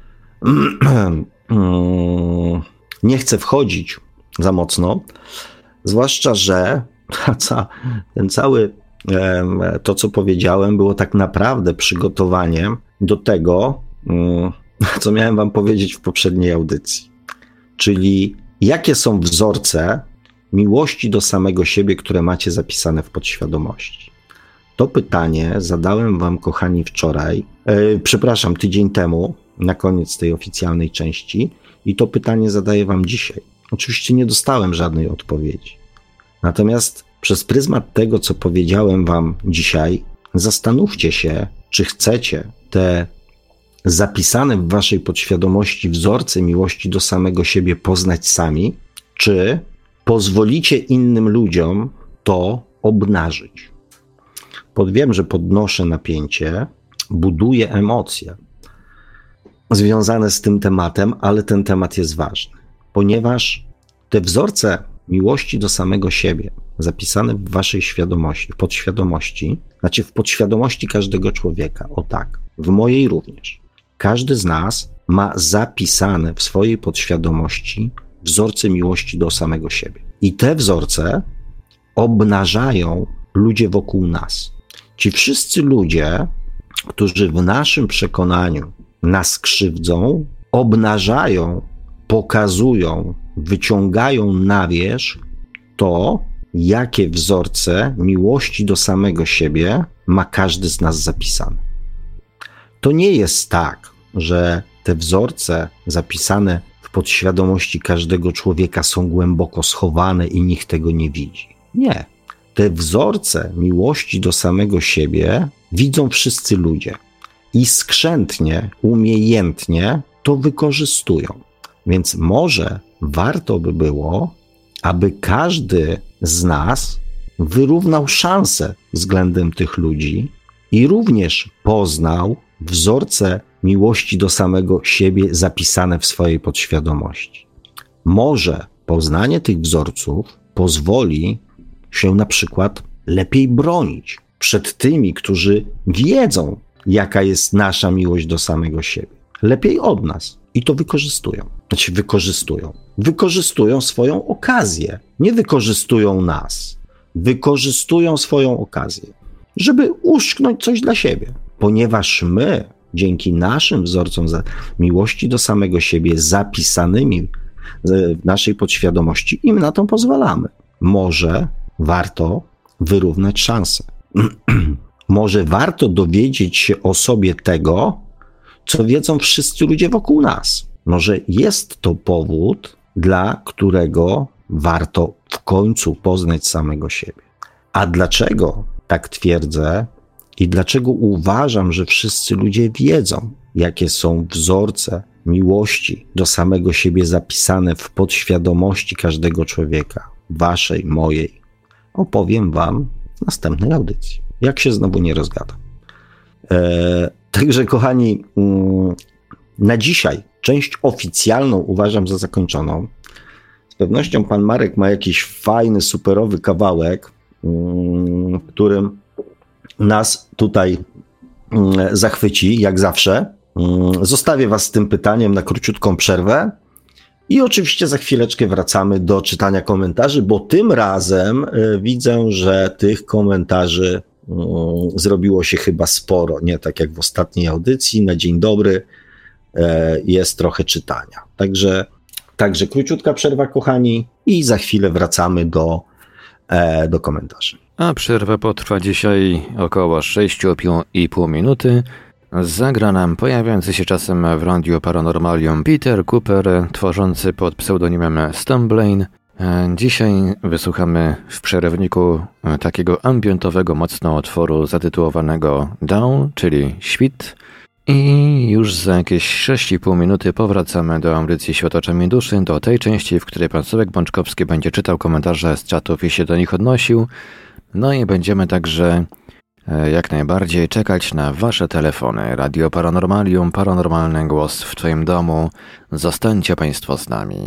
nie chcę wchodzić za mocno, zwłaszcza, że ten cały to, co powiedziałem, było tak naprawdę przygotowaniem do tego, co miałem wam powiedzieć w poprzedniej audycji. Czyli jakie są wzorce miłości do samego siebie, które macie zapisane w podświadomości. To pytanie zadałem wam, kochani, wczoraj, yy, przepraszam, tydzień temu, na koniec tej oficjalnej części, i to pytanie zadaję wam dzisiaj. Oczywiście nie dostałem żadnej odpowiedzi. Natomiast przez pryzmat tego, co powiedziałem wam dzisiaj, zastanówcie się, czy chcecie te zapisane w waszej podświadomości wzorce miłości do samego siebie poznać sami, czy pozwolicie innym ludziom to obnażyć. Podwiem, że podnoszę napięcie, buduję emocje związane z tym tematem, ale ten temat jest ważny, ponieważ te wzorce miłości do samego siebie zapisane w waszej świadomości, w podświadomości, znaczy w podświadomości każdego człowieka, o tak, w mojej również. Każdy z nas ma zapisane w swojej podświadomości wzorce miłości do samego siebie. I te wzorce obnażają ludzie wokół nas. Ci wszyscy ludzie, którzy w naszym przekonaniu nas krzywdzą, obnażają, pokazują, wyciągają na wierzch to, jakie wzorce miłości do samego siebie ma każdy z nas zapisane. To nie jest tak, że te wzorce zapisane w podświadomości każdego człowieka są głęboko schowane i nikt tego nie widzi. Nie. Te wzorce miłości do samego siebie widzą wszyscy ludzie i skrzętnie, umiejętnie to wykorzystują. Więc może warto by było, aby każdy z nas wyrównał szanse względem tych ludzi i również poznał wzorce miłości do samego siebie zapisane w swojej podświadomości. Może poznanie tych wzorców pozwoli się na przykład lepiej bronić przed tymi, którzy wiedzą, jaka jest nasza miłość do samego siebie. Lepiej od nas i to wykorzystują. Znaczy wykorzystują. Wykorzystują swoją okazję. Nie wykorzystują nas. Wykorzystują swoją okazję, żeby uszczknąć coś dla siebie. Ponieważ my, dzięki naszym wzorcom miłości do samego siebie zapisanymi w naszej podświadomości, im na to pozwalamy. Może warto wyrównać szanse. Może warto dowiedzieć się o sobie tego, co wiedzą wszyscy ludzie wokół nas. Może jest to powód, dla którego warto w końcu poznać samego siebie. A dlaczego tak twierdzę i dlaczego uważam, że wszyscy ludzie wiedzą, jakie są wzorce miłości do samego siebie zapisane w podświadomości każdego człowieka, waszej, mojej, opowiem wam w następnej audycji, jak się znowu nie rozgadam. Eee, także kochani, na dzisiaj część oficjalną uważam za zakończoną. Z pewnością pan Marek ma jakiś fajny, superowy kawałek, w którym nas tutaj zachwyci, jak zawsze. Zostawię was z tym pytaniem na króciutką przerwę i oczywiście za chwileczkę wracamy do czytania komentarzy, bo tym razem widzę, że tych komentarzy zrobiło się chyba sporo, nie tak jak w ostatniej audycji. Na dzień dobry jest trochę czytania. Także, także króciutka przerwa, kochani, i za chwilę wracamy do, do komentarzy. A przerwa potrwa dzisiaj około sześć i pół minuty. zagra nam pojawiający się czasem w Radiu Paranormalium Peter Cooper, tworzący pod pseudonimem Stumblane. Dzisiaj wysłuchamy w przerywniku takiego ambientowego mocno utworu zatytułowanego Dawn, czyli Świt. I już za jakieś sześć i pół minuty powracamy do audycji Świat oczami duszy, do tej części, w której pan Sławek Bączkowski będzie czytał komentarze z czatów i się do nich odnosił. No i będziemy także jak najbardziej czekać na wasze telefony. Radio Paranormalium, paranormalny głos w twoim domu. Zostańcie państwo z nami.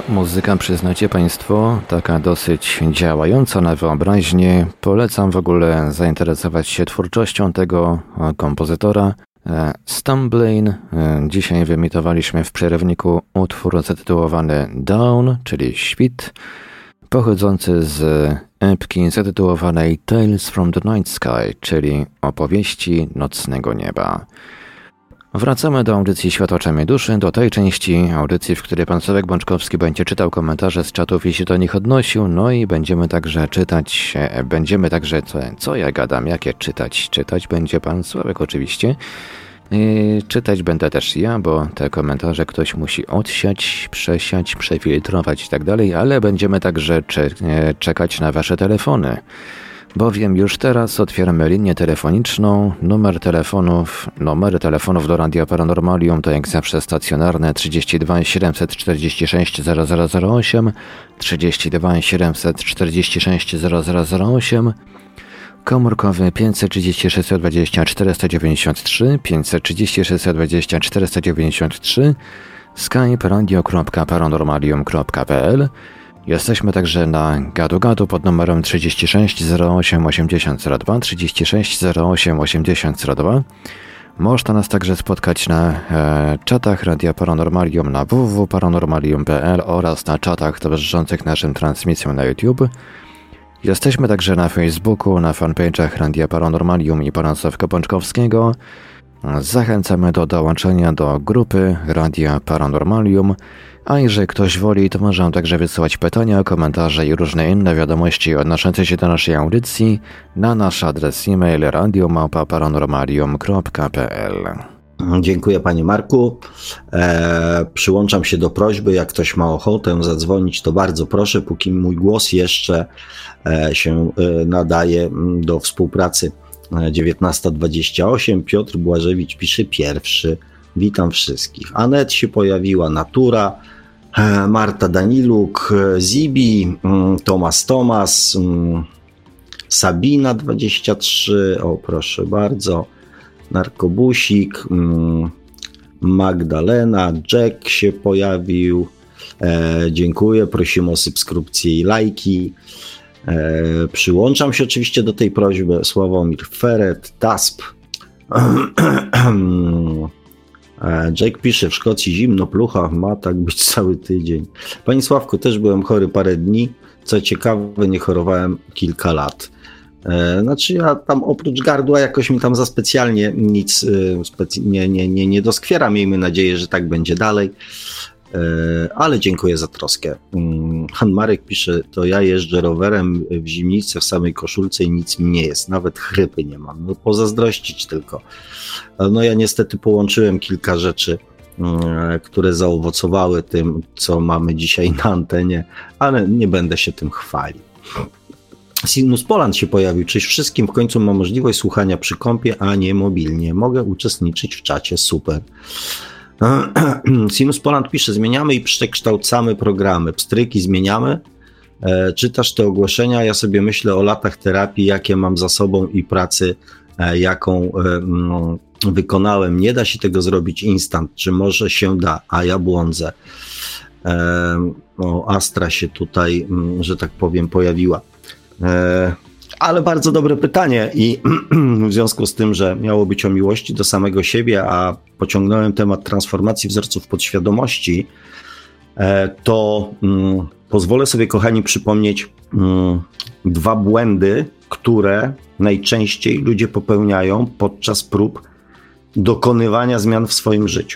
muzyka, przyznacie Państwo, taka dosyć działająca na wyobraźnię. Polecam w ogóle zainteresować się twórczością tego kompozytora. Stumblin. Dzisiaj wyemitowaliśmy w przerywniku utwór zatytułowany Dawn, czyli Świt, pochodzący z epki zatytułowanej Tales from the Night Sky, czyli opowieści nocnego nieba. Wracamy do audycji Świat oczami duszy, do tej części audycji, w której pan Sławek Bączkowski będzie czytał komentarze z czatów i się do nich odnosił, no i będziemy także czytać, będziemy także, co, co ja gadam, jakie czytać, czytać będzie pan Sławek oczywiście, yy, czytać będę też ja, bo te komentarze ktoś musi odsiać, przesiać, przefiltrować i tak dalej, ale będziemy także cze- czekać na wasze telefony. Bowiem już teraz otwieramy linię telefoniczną, numer telefonów, numery telefonów do Radia Paranormalium to jak zawsze stacjonarne trzydzieści dwa siedemset czterdzieści sześć zero zero zero osiem, trzydzieści dwa siedemset czterdzieści sześć zero zero zero osiem, komórkowy pięćset trzydzieści sześć dwadzieścia czterysta dziewięćdziesiąt trzy, pięćset trzydzieści sześć dwadzieścia czterysta dziewięćdziesiąt trzy, skype radio kropka paranormalium kropka p l. Jesteśmy także na gadu gadu pod numerem trzydzieści sześć zero osiem osiemdziesiąt zero dwa, trzydzieści sześć zero osiem osiemdziesiąt zero dwa. Można nas także spotkać na e, czatach Radia Paranormalium na w w w kropka paranormalium kropka p l oraz na czatach towarzyszących naszym transmisjom na YouTube. Jesteśmy także na Facebooku, na fanpage'ach Radia Paranormalium i pana Sławka Bączkowskiego. Zachęcamy do dołączenia do grupy Radia Paranormalium. A jeżeli ktoś woli, to może także wysyłać pytania, komentarze i różne inne wiadomości odnoszące się do naszej audycji na nasz adres e-mail radio małpa paranormalium kropka p l. Dziękuję panie Marku. E, przyłączam się do prośby, jak ktoś ma ochotę zadzwonić, to bardzo proszę, póki mój głos jeszcze e, się e, nadaje do współpracy. dziewiętnasta dwadzieścia osiem. Piotr Błażewicz pisze pierwszy. Witam wszystkich. Anet się pojawiła, Natura, Marta Daniluk, Zibi, Tomas Tomas, Sabina dwadzieścia trzy, o proszę bardzo, Narkobusik, Magdalena, Jack się pojawił, e, dziękuję, prosimy o subskrypcje i lajki. E, przyłączam się oczywiście do tej prośby, Sławomir Feret, Tasp. Jack pisze, w Szkocji zimno, plucha, ma tak być cały tydzień. Panie Sławku, też byłem chory parę dni, co ciekawe, nie chorowałem kilka lat. E, znaczy ja tam oprócz gardła jakoś mi tam za specjalnie nic spec- nie, nie, nie, nie doskwiera, miejmy nadzieję, że tak będzie dalej. E, ale dziękuję za troskę. Han Marek pisze, to ja jeżdżę rowerem w zimnicy w samej koszulce i nic mi nie jest, nawet chrypy nie mam. No pozazdrościć tylko. No ja niestety połączyłem kilka rzeczy, które zaowocowały tym, co mamy dzisiaj na antenie, ale nie będę się tym chwalił. Sinus Poland się pojawił. Cześć wszystkim, w końcu mam możliwość słuchania przy kompie, a nie mobilnie. Mogę uczestniczyć w czacie, super. Sinus Poland pisze, zmieniamy i przekształcamy programy. Pstryki zmieniamy. E, czytasz te ogłoszenia, ja sobie myślę o latach terapii, jakie mam za sobą i pracy, e, jaką e, m, wykonałem. Nie da się tego zrobić instant, czy może się da, a ja błądzę. E, o, Astra się tutaj, m, że tak powiem, pojawiła. E, ale bardzo dobre pytanie i w związku z tym, że miało być o miłości do samego siebie, a pociągnąłem temat transformacji wzorców podświadomości, e, to mm, pozwolę sobie, kochani, przypomnieć mm, dwa błędy, które najczęściej ludzie popełniają podczas prób dokonywania zmian w swoim życiu.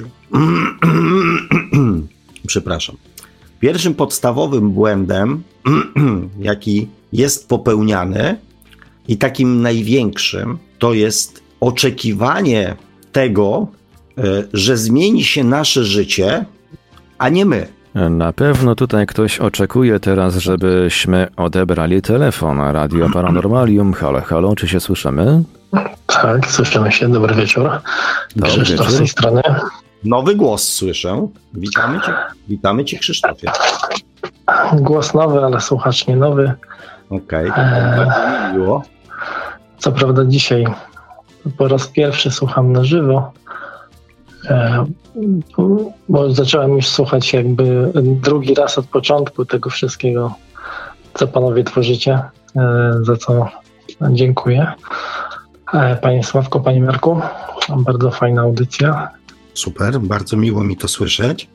Przepraszam. Pierwszym podstawowym błędem, jaki jest popełniany i takim największym, to jest oczekiwanie tego, że zmieni się nasze życie, a nie my. Na pewno tutaj ktoś oczekuje teraz, żebyśmy odebrali telefon. Radio Paranormalium. Halo, halo, czy się słyszymy? Tak, słyszymy się. Dobry wieczór. Krzysztof z tej strony. Nowy głos słyszę. Witamy cię, witamy cię, Krzysztofie. Głos nowy, ale słuchacz nie nowy. Okej, okay, eee, miło. Co prawda dzisiaj po raz pierwszy słucham na żywo, bo zacząłem już słuchać jakby drugi raz od początku tego wszystkiego, co panowie tworzycie, za co dziękuję. Panie Sławku, panie Marku, bardzo fajna audycja. Super, bardzo miło mi to słyszeć.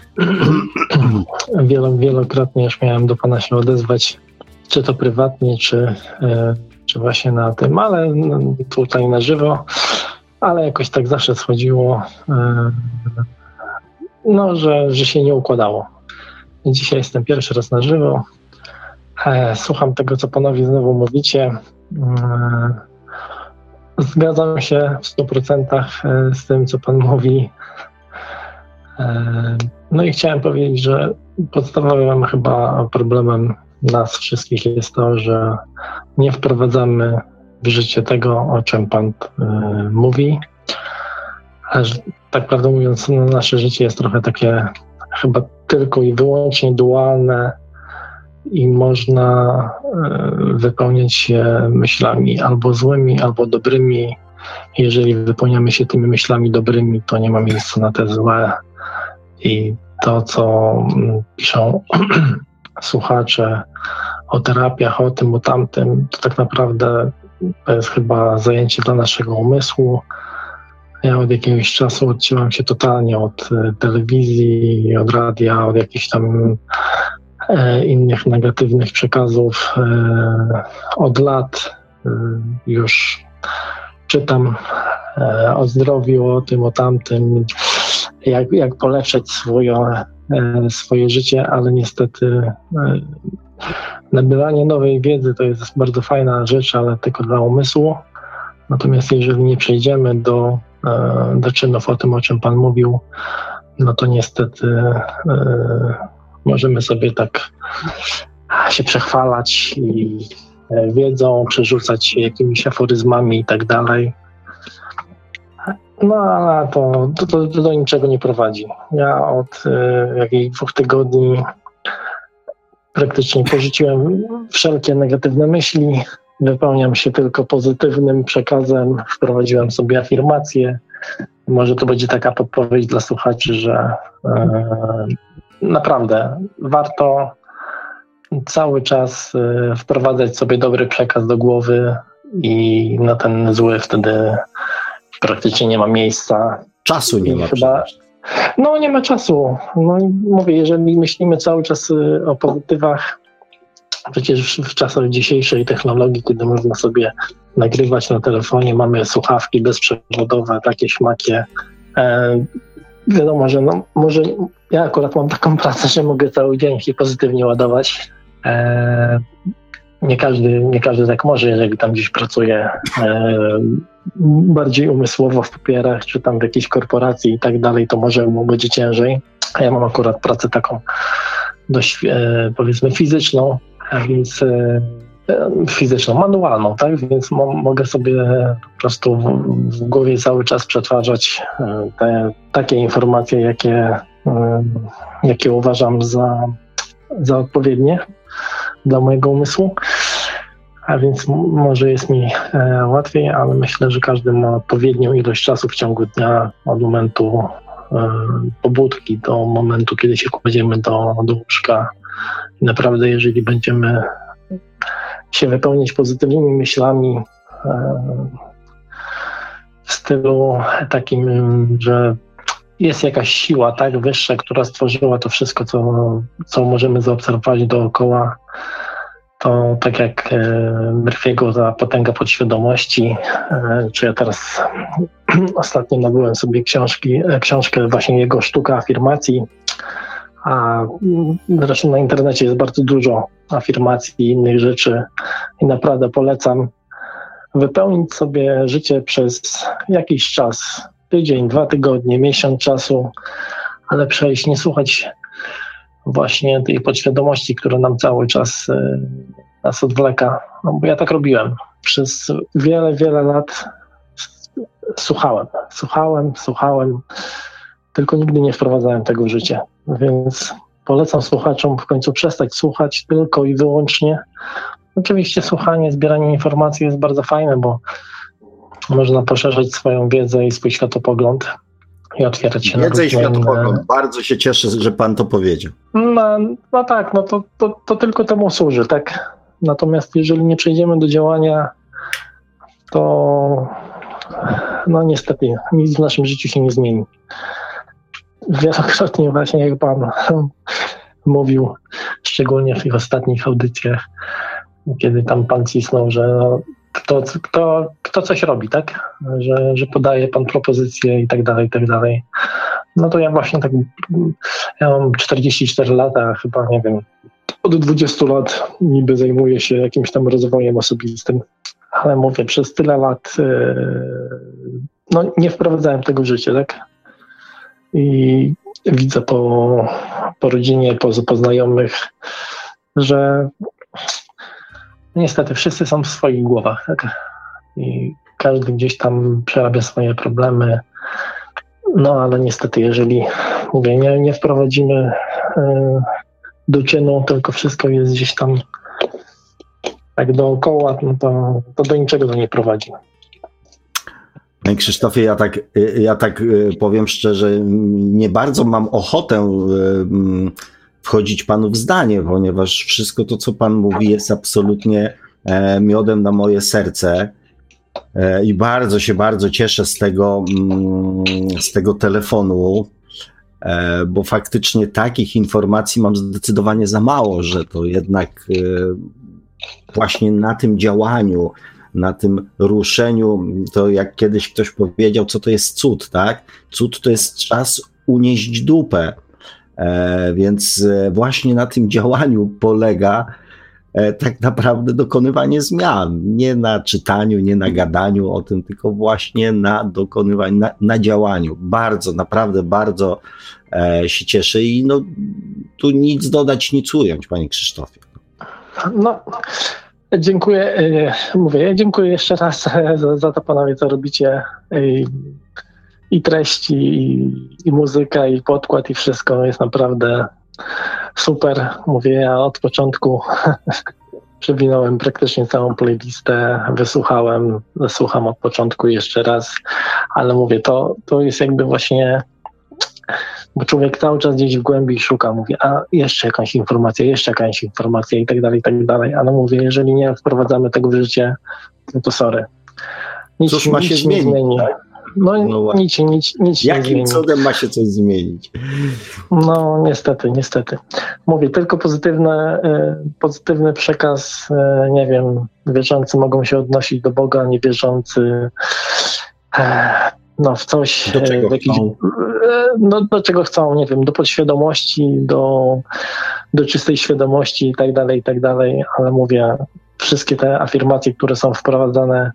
Wielo, wielokrotnie już miałem do pana się odezwać, czy to prywatnie, czy, czy właśnie na tym, ale tutaj na żywo, ale jakoś tak zawsze schodziło, no, że, że się nie układało. Dzisiaj jestem pierwszy raz na żywo. Słucham tego, co panowie znowu mówicie. Zgadzam się w stu procentach z tym, co pan mówi. No i chciałem powiedzieć, że podstawowym chyba problemem nas wszystkich jest to, że nie wprowadzamy w życie tego, o czym pan y, mówi. A że, tak prawdę mówiąc, no, nasze życie jest trochę takie chyba tylko i wyłącznie dualne i można y, wypełniać się myślami albo złymi, albo dobrymi. Jeżeli wypełniamy się tymi myślami dobrymi, to nie ma miejsca na te złe. I to, co piszą słuchacze o terapiach, o tym, o tamtym, to tak naprawdę to jest chyba zajęcie dla naszego umysłu. Ja od jakiegoś czasu odciąłem się totalnie od telewizji, od radia, od jakichś tam e, innych negatywnych przekazów. E, od lat e, już czytam e, o zdrowiu, o tym, o tamtym, jak, jak polepszać swoje, e, swoje życie, ale niestety e, nabywanie nowej wiedzy to jest bardzo fajna rzecz, ale tylko dla umysłu. Natomiast jeżeli nie przejdziemy do, e, do czynów o tym, o czym pan mówił, no to niestety e, możemy sobie tak się przechwalać i e, wiedzą, przerzucać się jakimiś aforyzmami i tak dalej. No ale to, to, to, to do niczego nie prowadzi. Ja od e, jakichś dwóch tygodni praktycznie porzuciłem wszelkie negatywne myśli, wypełniam się tylko pozytywnym przekazem, wprowadziłem sobie afirmacje. Może to będzie taka podpowiedź dla słuchaczy, że e, naprawdę warto cały czas e, wprowadzać sobie dobry przekaz do głowy i na ten zły wtedy praktycznie nie ma miejsca. Czasu nie I ma. chyba. No nie ma czasu. No, mówię, jeżeli myślimy cały czas o pozytywach, przecież w czasach dzisiejszej technologii, kiedy można sobie nagrywać na telefonie, mamy słuchawki bezprzewodowe, takie śmakie. E, wiadomo, że no, może ja akurat mam taką pracę, że mogę cały dzień się pozytywnie ładować. E, nie każdy, nie każdy tak może, jeżeli tam gdzieś pracuje e, bardziej umysłowo w papierach, czy tam w jakiejś korporacji i tak dalej, to może mu będzie ciężej. A ja mam akurat pracę taką dość, e, powiedzmy, fizyczną, a więc e, fizyczną, manualną, tak? Więc mo- mogę sobie po prostu w, w głowie cały czas przetwarzać e, te takie informacje, jakie, e, jakie uważam za, za odpowiednie dla mojego umysłu. A więc m- może jest mi e, łatwiej, ale myślę, że każdy ma odpowiednią ilość czasu w ciągu dnia od momentu e, pobudki do momentu, kiedy się kładziemy do, do łóżka. I naprawdę, jeżeli będziemy się wypełniać pozytywnymi myślami e, w stylu takim, że jest jakaś siła tak wyższa, która stworzyła to wszystko, co, co możemy zaobserwować dookoła, to tak jak e, Murphy'ego ta potęga podświadomości, e, czy ja teraz ostatnio nabyłem sobie książki, e, książkę właśnie jego Sztuka afirmacji, a zresztą na internecie jest bardzo dużo afirmacji i innych rzeczy i naprawdę polecam wypełnić sobie życie przez jakiś czas, tydzień, dwa tygodnie, miesiąc czasu, ale przejść, nie słuchać właśnie tej podświadomości, która nam cały czas y, nas odwleka. No bo ja tak robiłem. Przez wiele, wiele lat słuchałem, słuchałem, słuchałem, tylko nigdy nie wprowadzałem tego w życie. Więc polecam słuchaczom w końcu przestać słuchać tylko i wyłącznie. Oczywiście słuchanie, zbieranie informacji jest bardzo fajne, bo można poszerzać swoją wiedzę i swój światopogląd, i otwierać się Wiedzę na i światopogląd. Bardzo się cieszę, że pan to powiedział. No, no tak, no to, to, to tylko temu służy, tak? Natomiast jeżeli nie przejdziemy do działania, to no niestety nic w naszym życiu się nie zmieni. Wielokrotnie właśnie jak pan mówił, szczególnie w tych ostatnich audycjach, kiedy tam pan cisnął, że no, kto, kto, kto coś robi, tak? Że, że podaje pan propozycje i tak dalej, i tak dalej. No to ja właśnie tak, ja mam czterdzieści cztery lata, chyba nie wiem, od dwudziestu lat niby zajmuję się jakimś tam rozwojem osobistym, ale mówię, przez tyle lat no nie wprowadzałem tego w życie, tak? I widzę po, po rodzinie, po, po znajomych, że niestety wszyscy są w swoich głowach, tak? I każdy gdzieś tam przerabia swoje problemy. No ale niestety, jeżeli mówię, nie, nie wprowadzimy y, do czynu, tylko wszystko jest gdzieś tam tak dookoła, no to, to do niczego to nie prowadzi. Panie Krzysztofie, ja tak, ja tak powiem szczerze, nie bardzo mam ochotę wchodzić panu w zdanie, ponieważ wszystko to, co pan mówi, jest absolutnie miodem na moje serce i bardzo się, bardzo cieszę z tego, z tego telefonu, bo faktycznie takich informacji mam zdecydowanie za mało, że to jednak właśnie na tym działaniu, na tym ruszeniu, to jak kiedyś ktoś powiedział, co to jest cud, tak? Cud to jest czas unieść dupę, e, więc właśnie na tym działaniu polega e, tak naprawdę dokonywanie zmian. Nie na czytaniu, nie na gadaniu o tym, tylko właśnie na dokonywaniu, na, na działaniu. Bardzo, naprawdę bardzo e, się cieszę i no tu nic dodać, nic ująć, panie Krzysztofie. No, dziękuję, mówię, dziękuję jeszcze raz za, za to, panowie, co robicie. I, i treści, i, i muzyka, i podkład, i wszystko jest naprawdę super. Mówię, ja od początku przewinąłem praktycznie całą playlistę, wysłuchałem, słucham od początku jeszcze raz, ale mówię, to, to jest jakby właśnie, bo człowiek cały czas gdzieś w głębi szuka, mówi, a jeszcze jakąś informację, jeszcze jakaś informacja i tak dalej, i tak dalej, ale mówię, jeżeli nie wprowadzamy tego w życie, no to sorry. Nic, Cóż ma nic się zmienić? zmieni. No, no nic, nic, nic się Jakim nie zmieni. cudem ma się coś zmienić? No niestety, niestety. Mówię, tylko pozytywne, y, pozytywny przekaz, y, nie wiem, wierzący mogą się odnosić do Boga, niewierzący y, no w coś, do czego w jakiś, chcą? no do czego chcą, nie wiem, do podświadomości, do, do czystej świadomości i tak dalej, i tak dalej, ale mówię, wszystkie te afirmacje, które są wprowadzane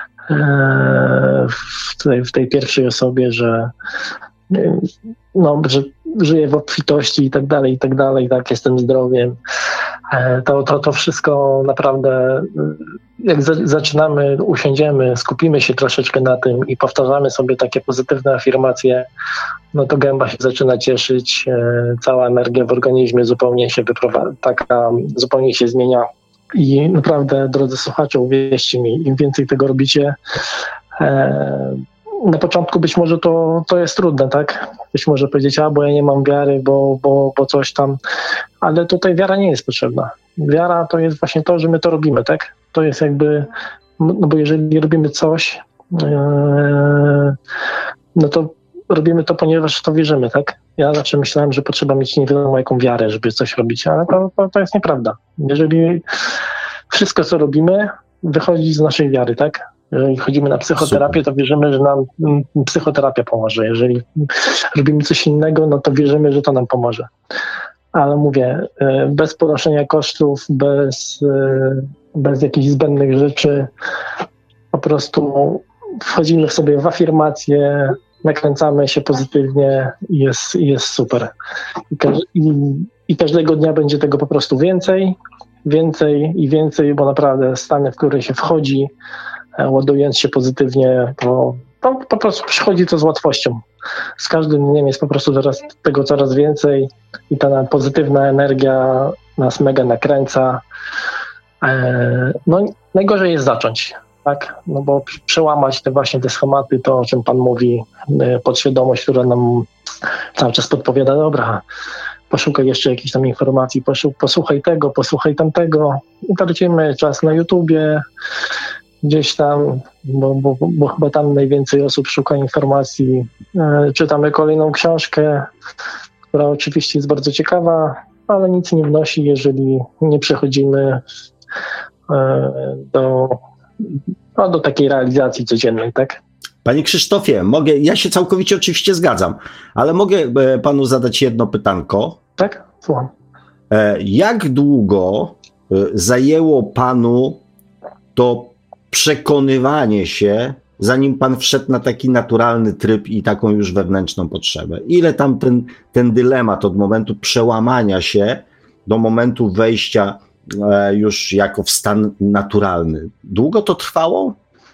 w tej, w tej pierwszej osobie, że no, że żyję w obfitości i tak dalej, i tak dalej, tak, jestem zdrowiem, to, to, to wszystko naprawdę, jak za, zaczynamy, usiądziemy, skupimy się troszeczkę na tym i powtarzamy sobie takie pozytywne afirmacje, no to gęba się zaczyna cieszyć, cała energia w organizmie zupełnie się wyprowadza, taka zupełnie się zmienia. I naprawdę, drodzy słuchacze, uwierzcie mi, im więcej tego robicie, e, na początku być może to, to jest trudne, tak? Być może powiedzieć, a bo ja nie mam wiary, bo, bo, bo coś tam, ale tutaj wiara nie jest potrzebna. Wiara to jest właśnie to, że my to robimy, tak? To jest jakby, no bo jeżeli robimy coś, e, no to robimy to, ponieważ w to wierzymy, tak? Ja zawsze myślałem, że potrzeba mieć nie wiadomo jaką wiarę, żeby coś robić, ale to, to, to jest nieprawda. Jeżeli wszystko, co robimy, wychodzi z naszej wiary, tak? Jeżeli chodzimy na psychoterapię, to wierzymy, że nam psychoterapia pomoże. Jeżeli robimy coś innego, no to wierzymy, że to nam pomoże. Ale mówię, bez ponoszenia kosztów, bez, bez jakichś zbędnych rzeczy, po prostu wchodzimy w sobie w afirmacje, nakręcamy się pozytywnie i jest, jest super. I, każ- i, I każdego dnia będzie tego po prostu więcej, więcej i więcej, bo naprawdę stany, w które się wchodzi, ładując się pozytywnie, to, to po prostu przychodzi to z łatwością. Z każdym dniem jest po prostu teraz tego coraz więcej i ta pozytywna energia nas mega nakręca. No najgorzej jest zacząć, tak? No bo przełamać te właśnie te schematy, to o czym Pan mówi, podświadomość, która nam cały czas podpowiada, dobra, poszukaj jeszcze jakichś tam informacji, posłuchaj tego, posłuchaj tamtego i tracimy czas na YouTubie, gdzieś tam, bo, bo, bo chyba tam najwięcej osób szuka informacji. E, czytamy kolejną książkę, która oczywiście jest bardzo ciekawa, ale nic nie wnosi, jeżeli nie przechodzimy e, do, no, do takiej realizacji codziennej, tak? Panie Krzysztofie, mogę, ja się całkowicie oczywiście zgadzam, ale mogę e, panu zadać jedno pytanko? Tak, słucham. E, jak długo e, zajęło panu to przekonywanie się, zanim pan wszedł na taki naturalny tryb i taką już wewnętrzną potrzebę? Ile tam ten, ten dylemat od momentu przełamania się do momentu wejścia e, już jako w stan naturalny? Długo to trwało?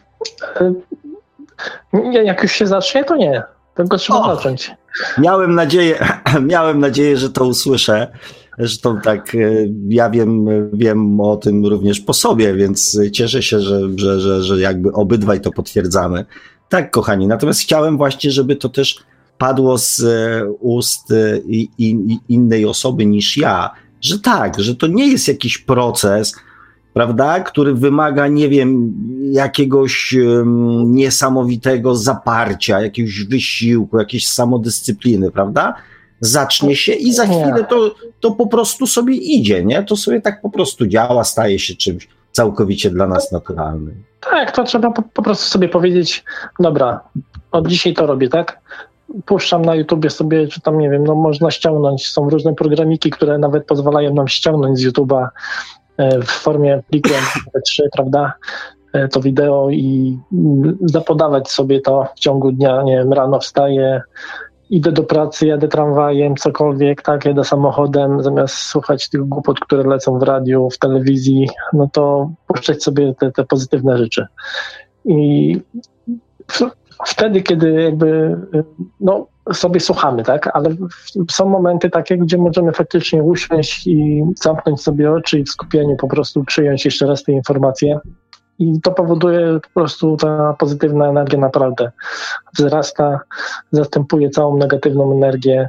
Nie, jak już się zacznie, to nie. Tylko trzeba o, zacząć. Miałem nadzieję, miałem nadzieję, że to usłyszę. Zresztą tak, ja wiem, wiem o tym również po sobie, więc cieszę się, że, że, że, że jakby obydwaj to potwierdzamy. Tak, kochani, natomiast chciałem właśnie, żeby to też padło z ust i, i, innej osoby niż ja, że tak, że to nie jest jakiś proces, prawda, który wymaga, nie wiem, jakiegoś um, niesamowitego zaparcia, jakiegoś wysiłku, jakiejś samodyscypliny, prawda? Zacznie się i za chwilę to, to po prostu sobie idzie, nie? To sobie tak po prostu działa, staje się czymś całkowicie dla nas naturalnym. Tak, to trzeba po, po prostu sobie powiedzieć, dobra, od dzisiaj to robię, tak? Puszczam na YouTubie sobie, czy tam, nie wiem, no można ściągnąć, są różne programiki, które nawet pozwalają nam ściągnąć z YouTube'a w formie pliku em pe trzy, prawda, to wideo i zapodawać sobie to w ciągu dnia, nie wiem, rano wstaję, idę do pracy, jadę tramwajem, cokolwiek, tak, jadę samochodem, zamiast słuchać tych głupot, które lecą w radiu, w telewizji, no to puszczać sobie te, te pozytywne rzeczy. I wtedy, kiedy jakby, no, sobie słuchamy, tak, ale są momenty takie, gdzie możemy faktycznie usiąść i zamknąć sobie oczy i w skupieniu po prostu przyjąć jeszcze raz te informacje. I to powoduje po prostu ta pozytywna energia naprawdę wzrasta, zastępuje całą negatywną energię.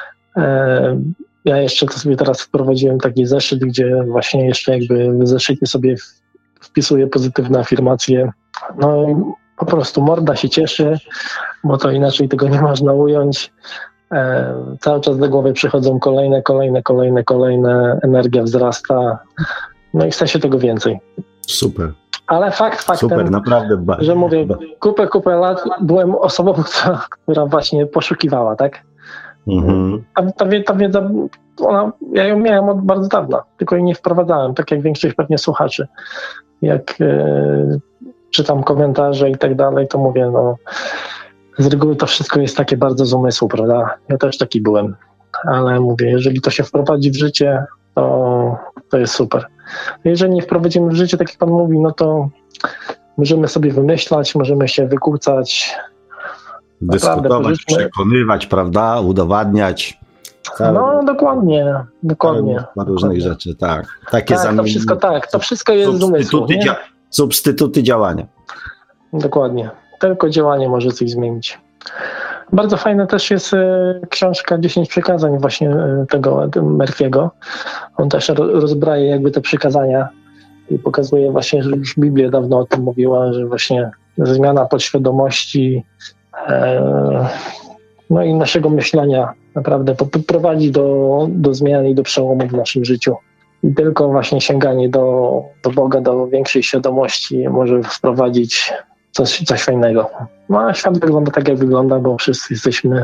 Ja jeszcze to sobie teraz wprowadziłem taki zeszyt, gdzie właśnie jeszcze jakby w zeszycie sobie wpisuję pozytywne afirmacje. No po prostu morda się cieszy, bo to inaczej tego nie można ująć. E, cały czas do głowy przychodzą kolejne, kolejne, kolejne, kolejne, energia wzrasta, no i chce się tego więcej. Super. Ale fakt faktem, Super, naprawdę bardzo. Że mówię, kupę, kupę lat byłem osobą, która, która właśnie poszukiwała, tak? Mhm. Ta, ta, ta wiedza, ona, ja ją miałem od bardzo dawna, tylko jej nie wprowadzałem, tak jak większość pewnie słuchaczy. Jak e, czytam komentarze i tak dalej, to mówię, no z reguły to wszystko jest takie bardzo z umysłu, prawda? Ja też taki byłem, ale mówię, jeżeli to się wprowadzi w życie, to, to jest super. Jeżeli nie wprowadzimy w życie, tak jak pan mówi, no to możemy sobie wymyślać, możemy się wykłócać. Dyskutować, przekonywać, prawda? Udowadniać. Całe, no dokładnie, dokładnie. Różnych dokładnie. rzeczy, tak. Takie tak, to wszystko tak, to wszystko jest z umysłu. Dzia- substytuty działania. Dokładnie. Tylko działanie może coś zmienić. Bardzo fajna też jest e, książka dziesięć przykazań właśnie e, tego Murphy'ego. On też rozbraje jakby te przykazania i pokazuje właśnie, że już Biblia dawno o tym mówiła, że właśnie zmiana podświadomości e, no i naszego myślenia naprawdę prowadzi do, do zmian i do przełomu w naszym życiu. I tylko właśnie sięganie do, do Boga, do większej świadomości może wprowadzić coś, coś fajnego. No a świat wygląda tak, jak wygląda, bo wszyscy jesteśmy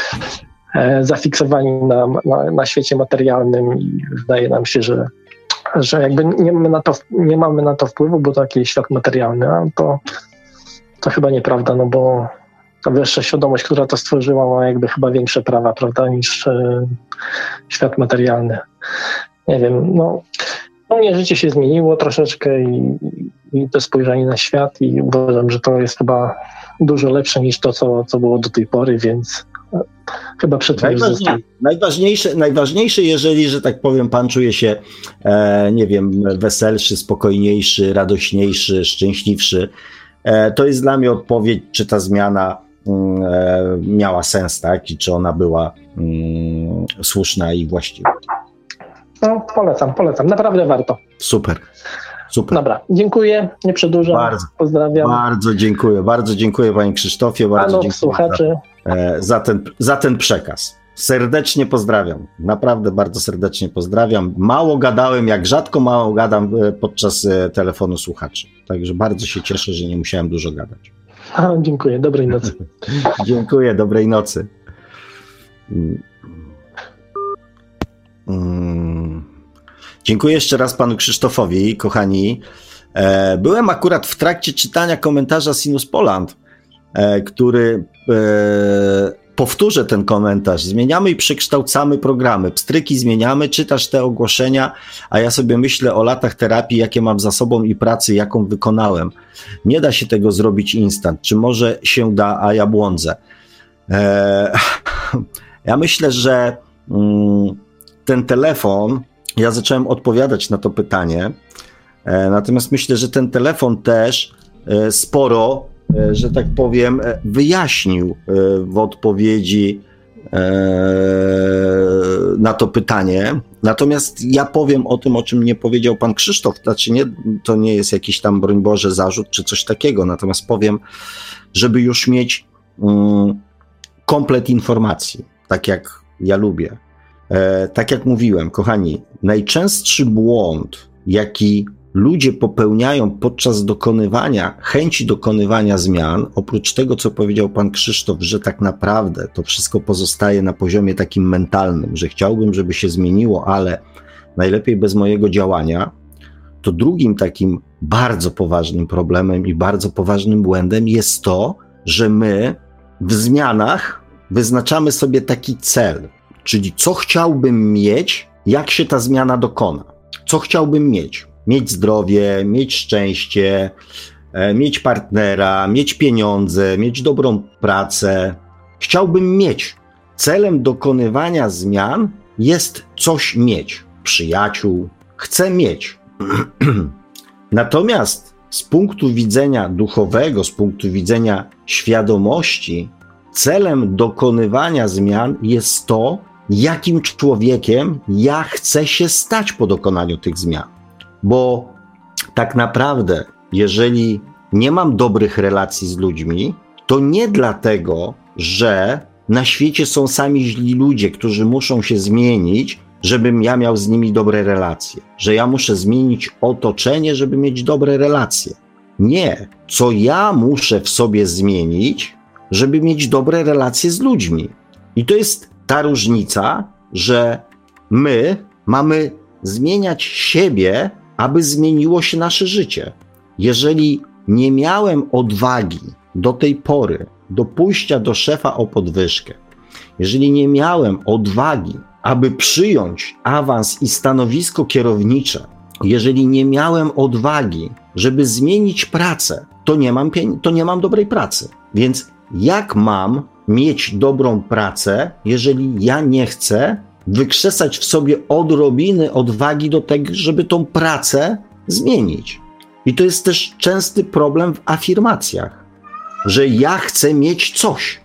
e, zafiksowani na, na, na świecie materialnym i wydaje nam się, że, że jakby nie mamy, na to, nie mamy na to wpływu, bo taki jest świat materialny, a to, to chyba nieprawda, no bo ta wyższa świadomość, która to stworzyła, ma jakby chyba większe prawa, prawda, niż e, świat materialny. Nie wiem, no u mnie życie się zmieniło troszeczkę i, i to spojrzenie na świat i uważam, że to jest chyba dużo lepsze niż to, co, co było do tej pory, więc chyba przetrwa już Najważniejsze, najważniejsze, najważniejsze, jeżeli, że tak powiem, pan czuje się, e, nie wiem, weselszy, spokojniejszy, radośniejszy, szczęśliwszy, e, to jest dla mnie odpowiedź, czy ta zmiana e, miała sens, tak? I czy ona była mm, słuszna i właściwa. No, polecam, polecam. Naprawdę warto. Super. Super. Dobra, dziękuję, nie przedłużam. Bardzo, pozdrawiam. Bardzo dziękuję, bardzo dziękuję panie Krzysztofie, bardzo Panów, dziękuję słuchaczy. za, za, ten, za ten przekaz. Serdecznie pozdrawiam, naprawdę bardzo serdecznie pozdrawiam. Mało gadałem, jak rzadko mało gadam podczas telefonu słuchaczy, także bardzo się cieszę, że nie musiałem dużo gadać. A, dziękuję, dobrej nocy. Dziękuję, dobrej nocy. Hmm. Dziękuję jeszcze raz panu Krzysztofowi, kochani. Byłem akurat w trakcie czytania komentarza Sinus Poland, który, powtórzę ten komentarz, zmieniamy i przekształcamy programy, pstryki zmieniamy, czytasz te ogłoszenia, a ja sobie myślę o latach terapii, jakie mam za sobą i pracy, jaką wykonałem. Nie da się tego zrobić instant. Czy może się da, a ja błądzę? Ja myślę, że ten telefon, ja zacząłem odpowiadać na to pytanie, natomiast myślę, że ten telefon też sporo, że tak powiem, wyjaśnił w odpowiedzi na to pytanie. Natomiast ja powiem o tym, o czym nie powiedział pan Krzysztof, znaczy nie, to nie jest jakiś tam, broń Boże, zarzut czy coś takiego, natomiast powiem, żeby już mieć um, komplet informacji, tak jak ja lubię. E, tak jak mówiłem, kochani, najczęstszy błąd, jaki ludzie popełniają podczas dokonywania, chęci dokonywania zmian, oprócz tego, co powiedział pan Krzysztof, że tak naprawdę to wszystko pozostaje na poziomie takim mentalnym, że chciałbym, żeby się zmieniło, ale najlepiej bez mojego działania, to drugim takim bardzo poważnym problemem i bardzo poważnym błędem jest to, że my w zmianach wyznaczamy sobie taki cel, czyli co chciałbym mieć, jak się ta zmiana dokona. Co chciałbym mieć? Mieć zdrowie, mieć szczęście, mieć partnera, mieć pieniądze, mieć dobrą pracę. Chciałbym mieć. Celem dokonywania zmian jest coś mieć. Przyjaciół. Chcę mieć. Natomiast z punktu widzenia duchowego, z punktu widzenia świadomości, celem dokonywania zmian jest to, jakim człowiekiem ja chcę się stać po dokonaniu tych zmian. Bo tak naprawdę, jeżeli nie mam dobrych relacji z ludźmi, to nie dlatego, że na świecie są sami źli ludzie, którzy muszą się zmienić, żebym ja miał z nimi dobre relacje. Że ja muszę zmienić otoczenie, żeby mieć dobre relacje. Nie. Co ja muszę w sobie zmienić, żeby mieć dobre relacje z ludźmi. I to jest ta różnica, że my mamy zmieniać siebie, aby zmieniło się nasze życie. Jeżeli nie miałem odwagi do tej pory, do pójścia do szefa o podwyżkę, jeżeli nie miałem odwagi, aby przyjąć awans i stanowisko kierownicze, jeżeli nie miałem odwagi, żeby zmienić pracę, to nie mam, pien- to nie mam dobrej pracy. Więc jak mam mieć dobrą pracę, jeżeli ja nie chcę wykrzesać w sobie odrobiny odwagi do tego, żeby tą pracę zmienić? I to jest też częsty problem w afirmacjach, że ja chcę mieć coś.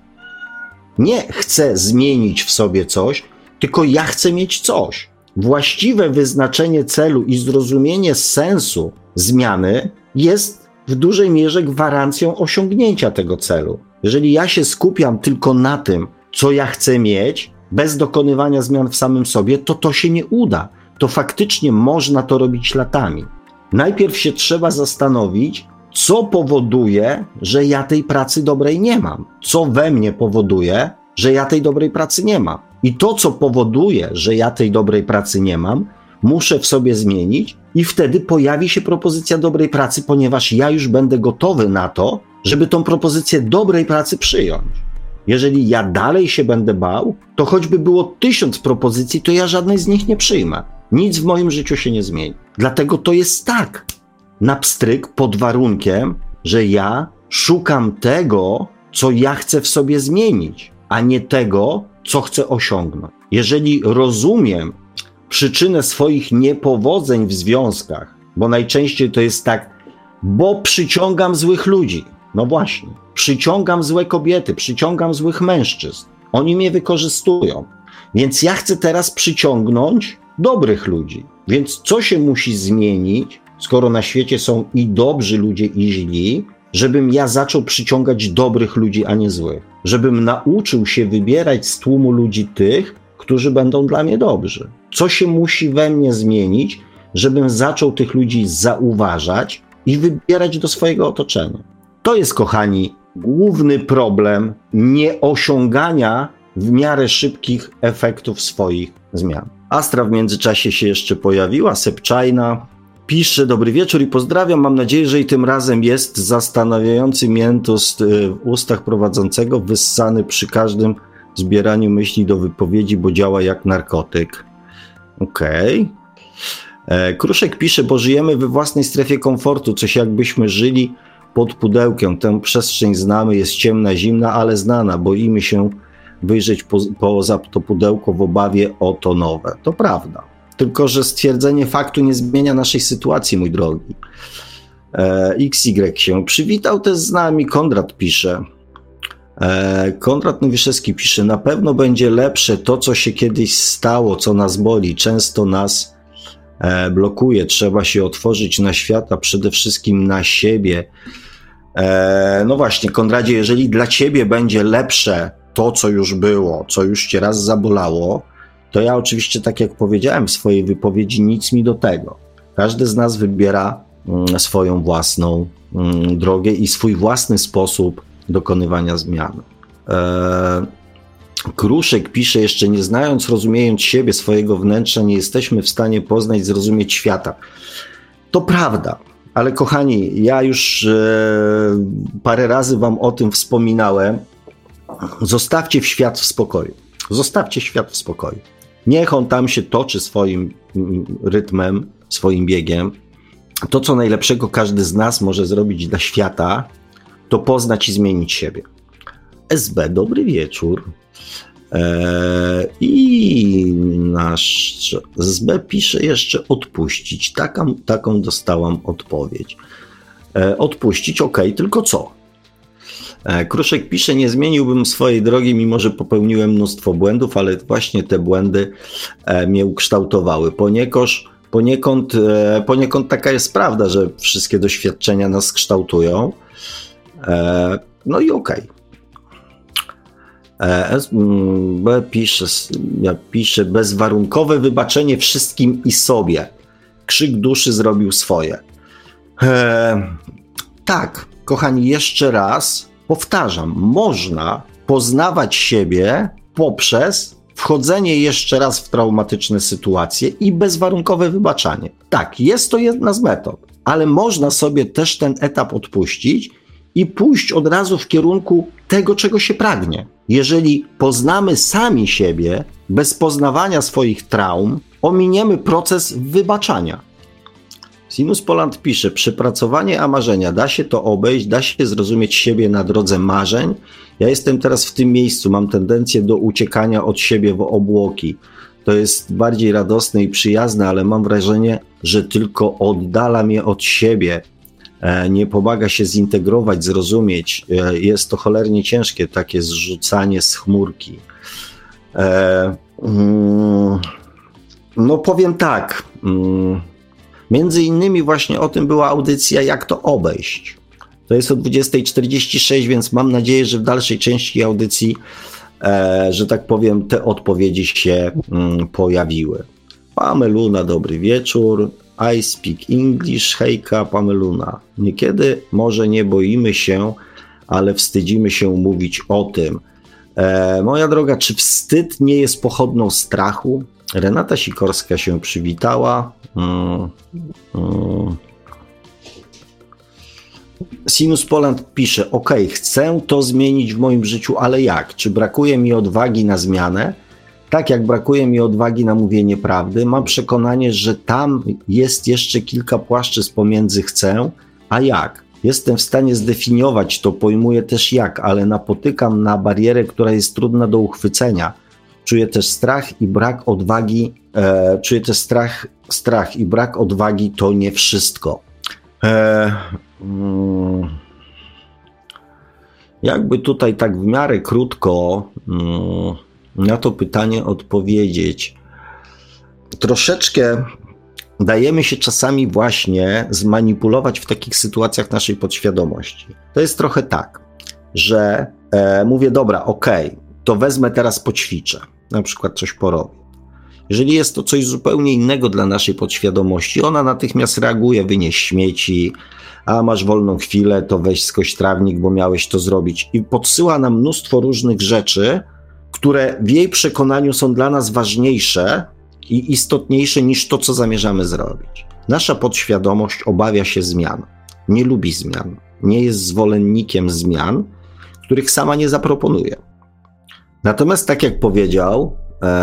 Nie chcę zmienić w sobie coś, tylko ja chcę mieć coś. Właściwe wyznaczenie celu i zrozumienie sensu zmiany jest w dużej mierze gwarancją osiągnięcia tego celu. Jeżeli ja się skupiam tylko na tym, co ja chcę mieć, bez dokonywania zmian w samym sobie, to to się nie uda. To faktycznie można to robić latami. Najpierw się trzeba zastanowić, co powoduje, że ja tej pracy dobrej nie mam. Co we mnie powoduje, że ja tej dobrej pracy nie mam. I to, co powoduje, że ja tej dobrej pracy nie mam, muszę w sobie zmienić i wtedy pojawi się propozycja dobrej pracy, ponieważ ja już będę gotowy na to, żeby tą propozycję dobrej pracy przyjąć. Jeżeli ja dalej się będę bał, to choćby było tysiąc propozycji, to ja żadnej z nich nie przyjmę. Nic w moim życiu się nie zmieni. Dlatego to jest tak, na pstryk, pod warunkiem, że ja szukam tego, co ja chcę w sobie zmienić, a nie tego, co chcę osiągnąć. Jeżeli rozumiem przyczynę swoich niepowodzeń w związkach, bo najczęściej to jest tak, bo przyciągam złych ludzi. No właśnie, przyciągam złe kobiety, przyciągam złych mężczyzn. Oni mnie wykorzystują. Więc ja chcę teraz przyciągnąć dobrych ludzi. Więc co się musi zmienić, skoro na świecie są i dobrzy ludzie, i źli, żebym ja zaczął przyciągać dobrych ludzi, a nie złych? Żebym nauczył się wybierać z tłumu ludzi tych, którzy będą dla mnie dobrzy. Co się musi we mnie zmienić, żebym zaczął tych ludzi zauważać i wybierać do swojego otoczenia? To jest, kochani, główny problem nieosiągania w miarę szybkich efektów swoich zmian. Astra w międzyczasie się jeszcze pojawiła, Sepczajna. Pisze, dobry wieczór i pozdrawiam, mam nadzieję, że i tym razem jest zastanawiający miętus w ustach prowadzącego, wyssany przy każdym zbieraniu myśli do wypowiedzi, bo działa jak narkotyk. Okej. Okay. Kruszek pisze, bo żyjemy we własnej strefie komfortu, coś jakbyśmy żyli pod pudełkiem. Tę przestrzeń znamy, jest ciemna, zimna, ale znana. Boimy się wyjrzeć po, poza to pudełko w obawie o to nowe. To prawda. Tylko że stwierdzenie faktu nie zmienia naszej sytuacji, mój drogi. E, X Y się przywitał też z nami. Konrad pisze. E, Konrad Nowiszewski pisze, na pewno będzie lepsze to, co się kiedyś stało, co nas boli. Często nas e, blokuje. Trzeba się otworzyć na świat, a przede wszystkim na siebie. E, no właśnie, Konradzie, jeżeli dla ciebie będzie lepsze to, co już było, co już cię raz zabolało, to ja oczywiście, tak jak powiedziałem w swojej wypowiedzi, nic mi do tego. Każdy z nas wybiera mm, swoją własną mm, drogę i swój własny sposób dokonywania zmian. Eee, Kruszek pisze jeszcze, nie znając, rozumiejąc siebie, swojego wnętrza, nie jesteśmy w stanie poznać, zrozumieć świata. To prawda, ale kochani, ja już e, parę razy wam o tym wspominałem. Zostawcie w świat w spokoju. Zostawcie świat w spokoju. Niech on tam się toczy swoim rytmem, swoim biegiem. To, co najlepszego każdy z nas może zrobić dla świata, to poznać i zmienić siebie. S B, dobry wieczór. Eee, I nasz S B pisze jeszcze odpuścić. Taką, taką dostałam odpowiedź. Eee, odpuścić, okej, okay, tylko co? Kruszek pisze, nie zmieniłbym swojej drogi, mimo że popełniłem mnóstwo błędów, ale właśnie te błędy mnie ukształtowały. Poniekąd, poniekąd, poniekąd taka jest prawda, że wszystkie doświadczenia nas kształtują. No i okej. Okay. Pisze, ja piszę, bezwarunkowe wybaczenie wszystkim i sobie. Krzyk duszy zrobił swoje. E, tak, kochani, jeszcze raz powtarzam, można poznawać siebie poprzez wchodzenie jeszcze raz w traumatyczne sytuacje i bezwarunkowe wybaczanie. Tak, jest to jedna z metod, ale można sobie też ten etap odpuścić i pójść od razu w kierunku tego, czego się pragnie. Jeżeli poznamy sami siebie, bez poznawania swoich traum, ominiemy proces wybaczania. Sinus Poland pisze, przepracowanie a marzenia, da się to obejść, da się zrozumieć siebie na drodze marzeń. Ja jestem teraz w tym miejscu, mam tendencję do uciekania od siebie w obłoki. To jest bardziej radosne i przyjazne, ale mam wrażenie, że tylko oddala mnie od siebie. Nie pomaga się zintegrować, zrozumieć. Jest to cholernie ciężkie, takie zrzucanie z chmurki. E, mm, no powiem tak... Mm, Między innymi właśnie o tym była audycja, jak to obejść. To jest o dwudziesta czterdzieści sześć, więc mam nadzieję, że w dalszej części audycji, e, że tak powiem, te odpowiedzi się mm, pojawiły. Pameluna, dobry wieczór. I speak English. Hejka, Pameluna. Niekiedy może nie boimy się, ale wstydzimy się mówić o tym. E, moja droga, czy wstyd nie jest pochodną strachu? Renata Sikorska się przywitała. Hmm. Hmm. Sinus Poland pisze, ok, chcę to zmienić w moim życiu, ale jak? Czy brakuje mi odwagi na zmianę? Tak jak brakuje mi odwagi na mówienie prawdy, mam przekonanie, że tam jest jeszcze kilka płaszczyzn pomiędzy chcę, a jak. Jestem w stanie zdefiniować to, pojmuję też jak, ale napotykam na barierę, która jest trudna do uchwycenia. Czuję też strach i brak odwagi, e, czuję też strach, strach i brak odwagi to nie wszystko. E, mm, jakby tutaj tak w miarę krótko mm, na to pytanie odpowiedzieć. Troszeczkę dajemy się czasami właśnie zmanipulować w takich sytuacjach naszej podświadomości. To jest trochę tak, że e, mówię, dobra, okej, okay, to wezmę teraz poćwiczę, na przykład coś porobię. Jeżeli jest to coś zupełnie innego dla naszej podświadomości, ona natychmiast reaguje, wynieś śmieci, a masz wolną chwilę, to weź skoś trawnik, bo miałeś to zrobić. I podsyła nam mnóstwo różnych rzeczy, które w jej przekonaniu są dla nas ważniejsze i istotniejsze niż to, co zamierzamy zrobić. Nasza podświadomość obawia się zmian, nie lubi zmian, nie jest zwolennikiem zmian, których sama nie zaproponuje. Natomiast tak jak powiedział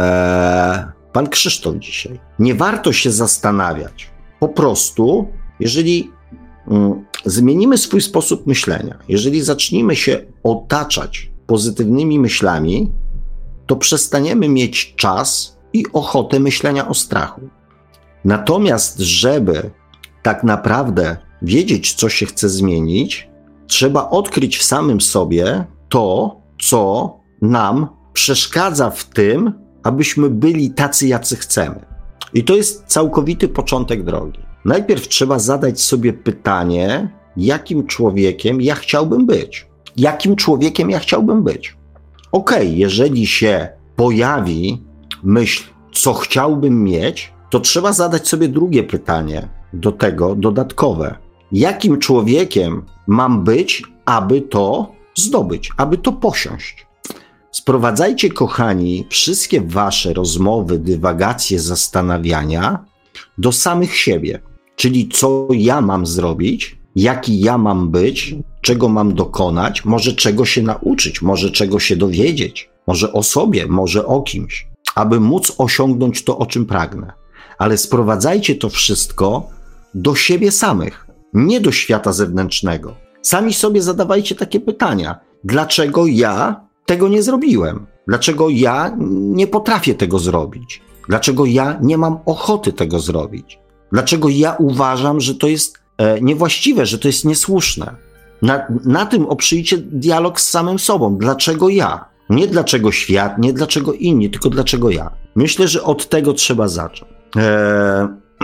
ee, pan Krzysztof dzisiaj, nie warto się zastanawiać. Po prostu, jeżeli mm, zmienimy swój sposób myślenia, jeżeli zaczniemy się otaczać pozytywnymi myślami, to przestaniemy mieć czas i ochotę myślenia o strachu. Natomiast, żeby tak naprawdę wiedzieć, co się chce zmienić, trzeba odkryć w samym sobie to, co nam przeszkadza w tym, abyśmy byli tacy, jacy chcemy. I to jest całkowity początek drogi. Najpierw trzeba zadać sobie pytanie, jakim człowiekiem ja chciałbym być. Jakim człowiekiem ja chciałbym być. Okej, okay, jeżeli się pojawi myśl, co chciałbym mieć, to trzeba zadać sobie drugie pytanie do tego, dodatkowe. Jakim człowiekiem mam być, aby to zdobyć, aby to posiąść? Sprowadzajcie, kochani, wszystkie wasze rozmowy, dywagacje, zastanawiania do samych siebie. Czyli co ja mam zrobić, jaki ja mam być, czego mam dokonać, może czego się nauczyć, może czego się dowiedzieć, może o sobie, może o kimś, aby móc osiągnąć to, o czym pragnę. Ale sprowadzajcie to wszystko do siebie samych, nie do świata zewnętrznego. Sami sobie zadawajcie takie pytania. Dlaczego ja tego nie zrobiłem? Dlaczego ja nie potrafię tego zrobić? Dlaczego ja nie mam ochoty tego zrobić? Dlaczego ja uważam, że to jest e, niewłaściwe, że to jest niesłuszne? Na, na tym oprzyjcie dialog z samym sobą. Dlaczego ja? Nie dlaczego świat, nie dlaczego inni, tylko dlaczego ja. Myślę, że od tego trzeba zacząć. Eee,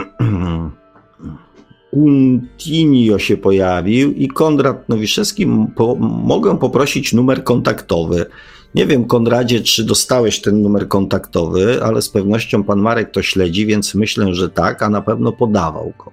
Untinio się pojawił i Konrad Nowiszewski. Po, mogę poprosić numer kontaktowy. Nie wiem, Konradzie, czy dostałeś ten numer kontaktowy, ale z pewnością pan Marek to śledzi, więc myślę, że tak, a na pewno podawał go.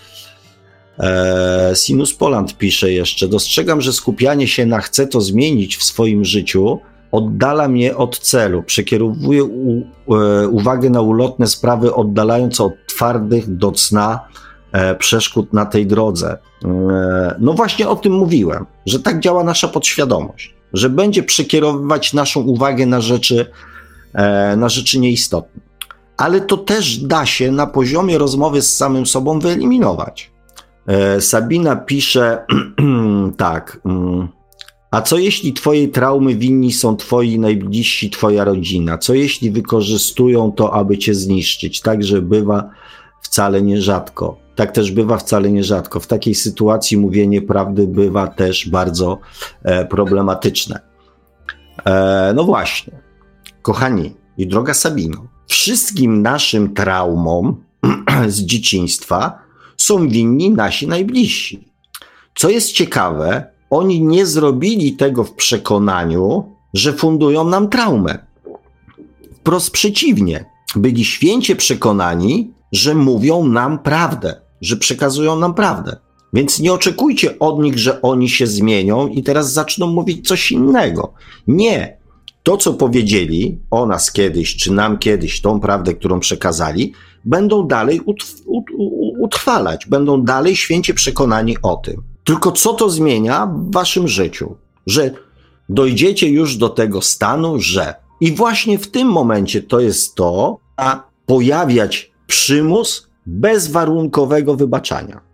Eee, Sinus Poland pisze jeszcze: dostrzegam, że skupianie się na chcę to zmienić w swoim życiu oddala mnie od celu, przekierowuje u, e, uwagę na ulotne sprawy, oddalając od twardych do cna e, przeszkód na tej drodze. E, no właśnie o tym mówiłem, że tak działa nasza podświadomość, że będzie przekierowywać naszą uwagę na rzeczy, e, na rzeczy nieistotne. Ale to też da się na poziomie rozmowy z samym sobą wyeliminować. E, Sabina pisze tak... Mm, a co jeśli twojej traumy winni są twoi najbliżsi, twoja rodzina? Co jeśli wykorzystują to, aby cię zniszczyć? Także bywa wcale nierzadko. Tak też bywa wcale nierzadko. W takiej sytuacji mówienie prawdy bywa też bardzo e, problematyczne. E, no właśnie, kochani i droga Sabino, wszystkim naszym traumom z dzieciństwa są winni nasi najbliżsi. Co jest ciekawe, oni nie zrobili tego w przekonaniu, że fundują nam traumę. Wprost przeciwnie, byli święcie przekonani, że mówią nam prawdę, że przekazują nam prawdę. Więc nie oczekujcie od nich, że oni się zmienią i teraz zaczną mówić coś innego. Nie. To, co powiedzieli o nas kiedyś, czy nam kiedyś, tą prawdę, którą przekazali, będą dalej utw- ut- utrwalać, będą dalej święcie przekonani o tym. Tylko co to zmienia w waszym życiu? Że dojdziecie już do tego stanu, że... I właśnie w tym momencie to jest to, a pojawiać przymus bezwarunkowego wybaczania.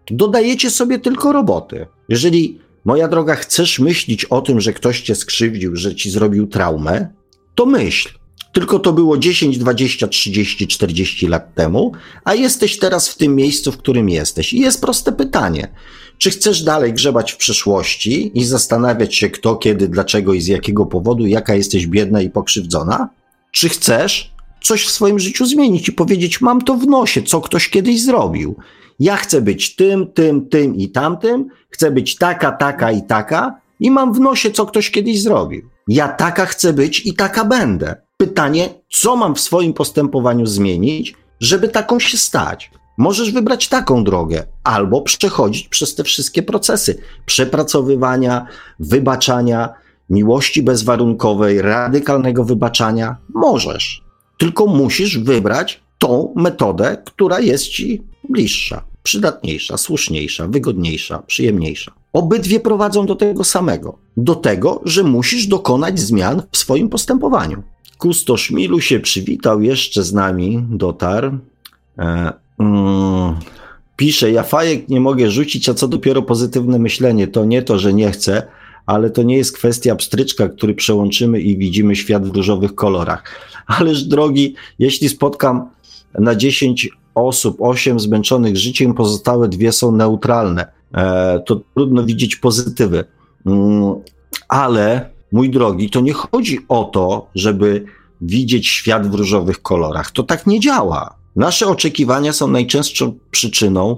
Dodajecie sobie tylko roboty. Jeżeli, moja droga, chcesz myśleć o tym, że ktoś cię skrzywdził, że ci zrobił traumę, to myśl. Tylko to było dziesięć, dwadzieścia, trzydzieści, czterdzieści lat temu, a jesteś teraz w tym miejscu, w którym jesteś. I jest proste pytanie. Czy chcesz dalej grzebać w przeszłości i zastanawiać się kto, kiedy, dlaczego i z jakiego powodu, jaka jesteś biedna i pokrzywdzona? Czy chcesz coś w swoim życiu zmienić i powiedzieć, mam to w nosie, co ktoś kiedyś zrobił. Ja chcę być tym, tym, tym i tamtym, chcę być taka, taka i taka i mam w nosie, co ktoś kiedyś zrobił. Ja taka chcę być i taka będę. Pytanie, co mam w swoim postępowaniu zmienić, żeby taką się stać? Możesz wybrać taką drogę, albo przechodzić przez te wszystkie procesy przepracowywania, wybaczania, miłości bezwarunkowej, radykalnego wybaczania. Możesz, tylko musisz wybrać tą metodę, która jest ci bliższa, przydatniejsza, słuszniejsza, wygodniejsza, przyjemniejsza. Obydwie prowadzą do tego samego, do tego, że musisz dokonać zmian w swoim postępowaniu. Kustosz Milu się przywitał, jeszcze z nami dotarł. E, mm, pisze, ja fajek nie mogę rzucić, a co dopiero pozytywne myślenie. To nie to, że nie chcę, ale to nie jest kwestia pstryczka, który przełączymy i widzimy świat w różowych kolorach. Ależ drogi, jeśli spotkam na dziesięć osób, osiem zmęczonych życiem, pozostałe dwie są neutralne. E, to trudno widzieć pozytywy. Mm, ale, mój drogi, to nie chodzi o to, żeby widzieć świat w różowych kolorach. To tak nie działa. Nasze oczekiwania są najczęstszą przyczyną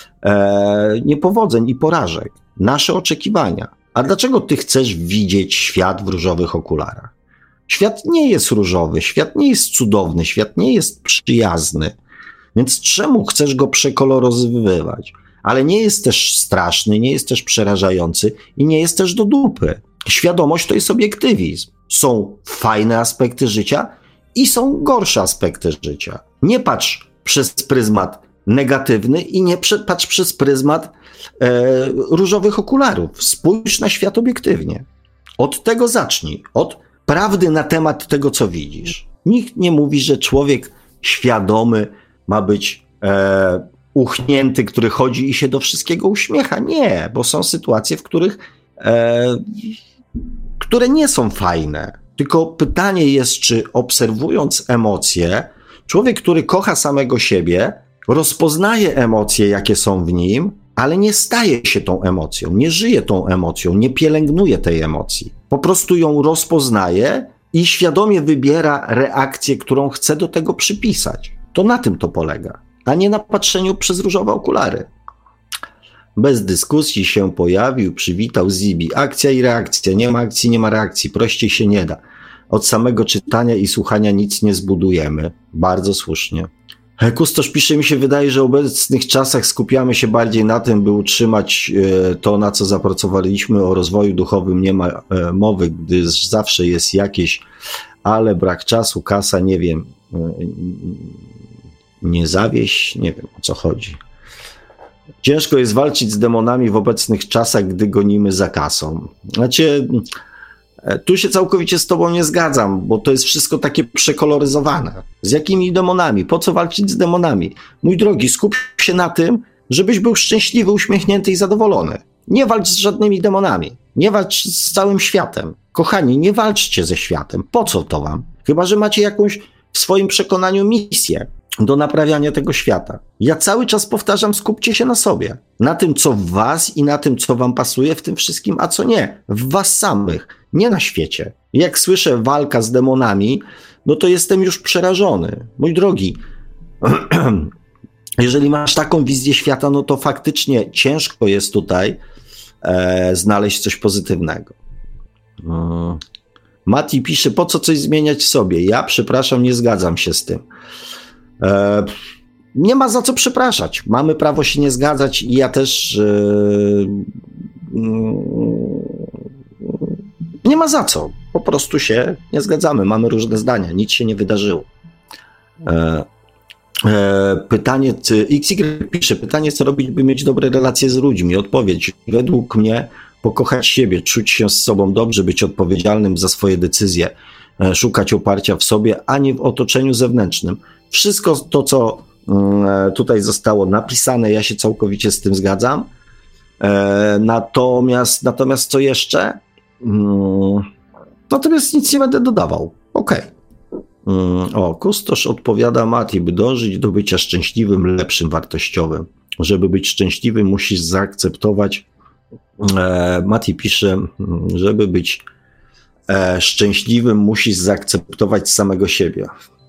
e, niepowodzeń i porażek. Nasze oczekiwania. A dlaczego ty chcesz widzieć świat w różowych okularach? Świat nie jest różowy, świat nie jest cudowny, świat nie jest przyjazny. Więc czemu chcesz go przekoloryzowywać? Ale nie jest też straszny, nie jest też przerażający i nie jest też do dupy. Świadomość to jest obiektywizm. Są fajne aspekty życia i są gorsze aspekty życia. Nie patrz przez pryzmat negatywny i nie patrz przez pryzmat e, różowych okularów. Spójrz na świat obiektywnie. Od tego zacznij. Od prawdy na temat tego, co widzisz. Nikt nie mówi, że człowiek świadomy ma być e, uchnięty, który chodzi i się do wszystkiego uśmiecha. Nie, bo są sytuacje, w których e, które nie są fajne. Tylko pytanie jest, czy obserwując emocje, człowiek, który kocha samego siebie, rozpoznaje emocje, jakie są w nim, ale nie staje się tą emocją, nie żyje tą emocją, nie pielęgnuje tej emocji. Po prostu ją rozpoznaje i świadomie wybiera reakcję, którą chce do tego przypisać. To na tym to polega, a nie na patrzeniu przez różowe okulary. Bez dyskusji się pojawił, przywitał Zibi. Akcja i reakcja. Nie ma akcji, nie ma reakcji. Prościej się nie da. Od samego czytania i słuchania nic nie zbudujemy. Bardzo słusznie. Kustosz pisze, mi się wydaje, że w obecnych czasach skupiamy się bardziej na tym, by utrzymać to, na co zapracowaliśmy. O rozwoju duchowym nie ma mowy, gdyż zawsze jest jakieś, ale brak czasu, kasa, nie wiem, nie zawieść, nie wiem o co chodzi. Ciężko jest walczyć z demonami w obecnych czasach, gdy gonimy za kasą. Znaczy, tu się całkowicie z tobą nie zgadzam, bo to jest wszystko takie przekoloryzowane. Z jakimi demonami? Po co walczyć z demonami? Mój drogi, skup się na tym, żebyś był szczęśliwy, uśmiechnięty i zadowolony. Nie walcz z żadnymi demonami. Nie walcz z całym światem. Kochani, nie walczcie ze światem. Po co to wam? Chyba że macie jakąś w swoim przekonaniu misję do naprawiania tego świata. Ja cały czas powtarzam, skupcie się na sobie. Na tym, co w was i na tym, co wam pasuje w tym wszystkim, a co nie. W was samych, nie na świecie. Jak słyszę walka z demonami, no to jestem już przerażony. Mój drogi, jeżeli masz taką wizję świata, no to faktycznie ciężko jest tutaj e, znaleźć coś pozytywnego. Hmm. Mati pisze, po co coś zmieniać sobie? Ja, przepraszam, nie zgadzam się z tym. E, nie ma za co przepraszać. Mamy prawo się nie zgadzać i ja też e, nie ma za co. Po prostu się nie zgadzamy. Mamy różne zdania. Nic się nie wydarzyło. E, e, pytanie, X Y pisze, pytanie, co robić, by mieć dobre relacje z ludźmi? Odpowiedź, według mnie pokochać siebie, czuć się z sobą dobrze, być odpowiedzialnym za swoje decyzje, szukać oparcia w sobie, a nie w otoczeniu zewnętrznym. Wszystko to, co tutaj zostało napisane, ja się całkowicie z tym zgadzam. Natomiast, natomiast co jeszcze? Natomiast nic nie będę dodawał. Okej. Okay. O, kustosz odpowiada Mati, by dążyć do bycia szczęśliwym, lepszym, wartościowym. Żeby być szczęśliwym, musisz zaakceptować. E, Mati pisze, żeby być e, szczęśliwym, musisz zaakceptować samego siebie.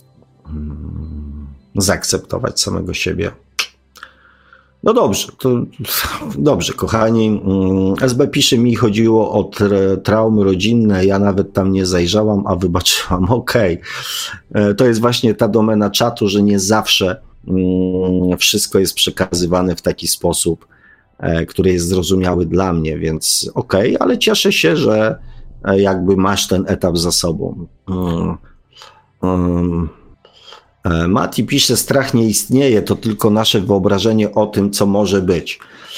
Zaakceptować samego siebie. No dobrze, to dobrze, kochani. S B pisze, mi chodziło o tra- traumy rodzinne, ja nawet tam nie zajrzałam, a wybaczyłam. Okej. Okay. To jest właśnie ta domena czatu, że nie zawsze mm, wszystko jest przekazywane w taki sposób, e, który jest zrozumiały dla mnie, więc okej, okay, ale cieszę się, że e, jakby masz ten etap za sobą. Mm, mm. Mati pisze, strach nie istnieje, to tylko nasze wyobrażenie o tym, co może być.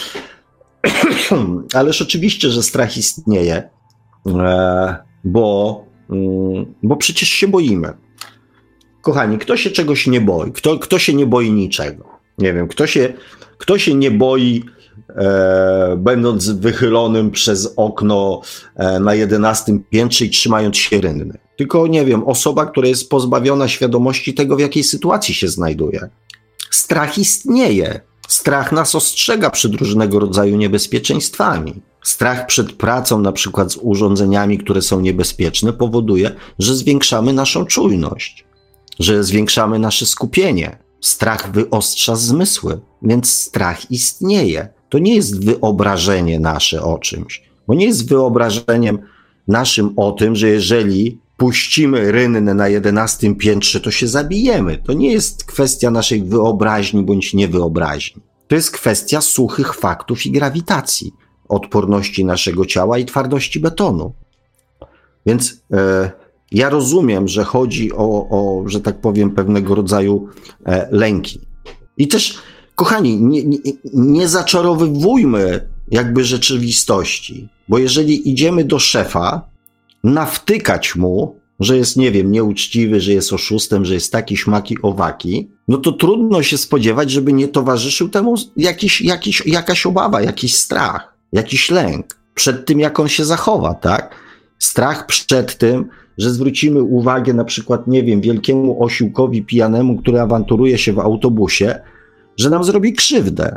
Ależ oczywiście, że strach istnieje, bo, bo przecież się boimy. Kochani, kto się czegoś nie boi? Kto, kto się nie boi niczego? Nie wiem, kto się, kto się nie boi, e, będąc wychylonym przez okno e, na jedenastym piętrze i trzymając się rynny? Tylko, nie wiem, osoba, która jest pozbawiona świadomości tego, w jakiej sytuacji się znajduje. Strach istnieje. Strach nas ostrzega przed różnego rodzaju niebezpieczeństwami. Strach przed pracą, na przykład z urządzeniami, które są niebezpieczne, powoduje, że zwiększamy naszą czujność, że zwiększamy nasze skupienie. Strach wyostrza zmysły, więc strach istnieje. To nie jest wyobrażenie nasze o czymś, bo nie jest wyobrażeniem naszym o tym, że jeżeli puścimy rynnę na jedenastym piętrze, to się zabijemy. To nie jest kwestia naszej wyobraźni bądź niewyobraźni. To jest kwestia suchych faktów i grawitacji, odporności naszego ciała i twardości betonu. Więc e, ja rozumiem, że chodzi o, o, że tak powiem, pewnego rodzaju e, lęki. I też, kochani, nie, nie, nie zaczarowywujmy jakby rzeczywistości, bo jeżeli idziemy do szefa, nawtykać mu, że jest, nie wiem, nieuczciwy, że jest oszustem, że jest taki, śmaki, owaki, no to trudno się spodziewać, żeby nie towarzyszył temu jakiś, jakiś, jakaś obawa, jakiś strach, jakiś lęk przed tym, jak on się zachowa, tak? Strach przed tym, że zwrócimy uwagę na przykład, nie wiem, wielkiemu osiłkowi pijanemu, który awanturuje się w autobusie, że nam zrobi krzywdę.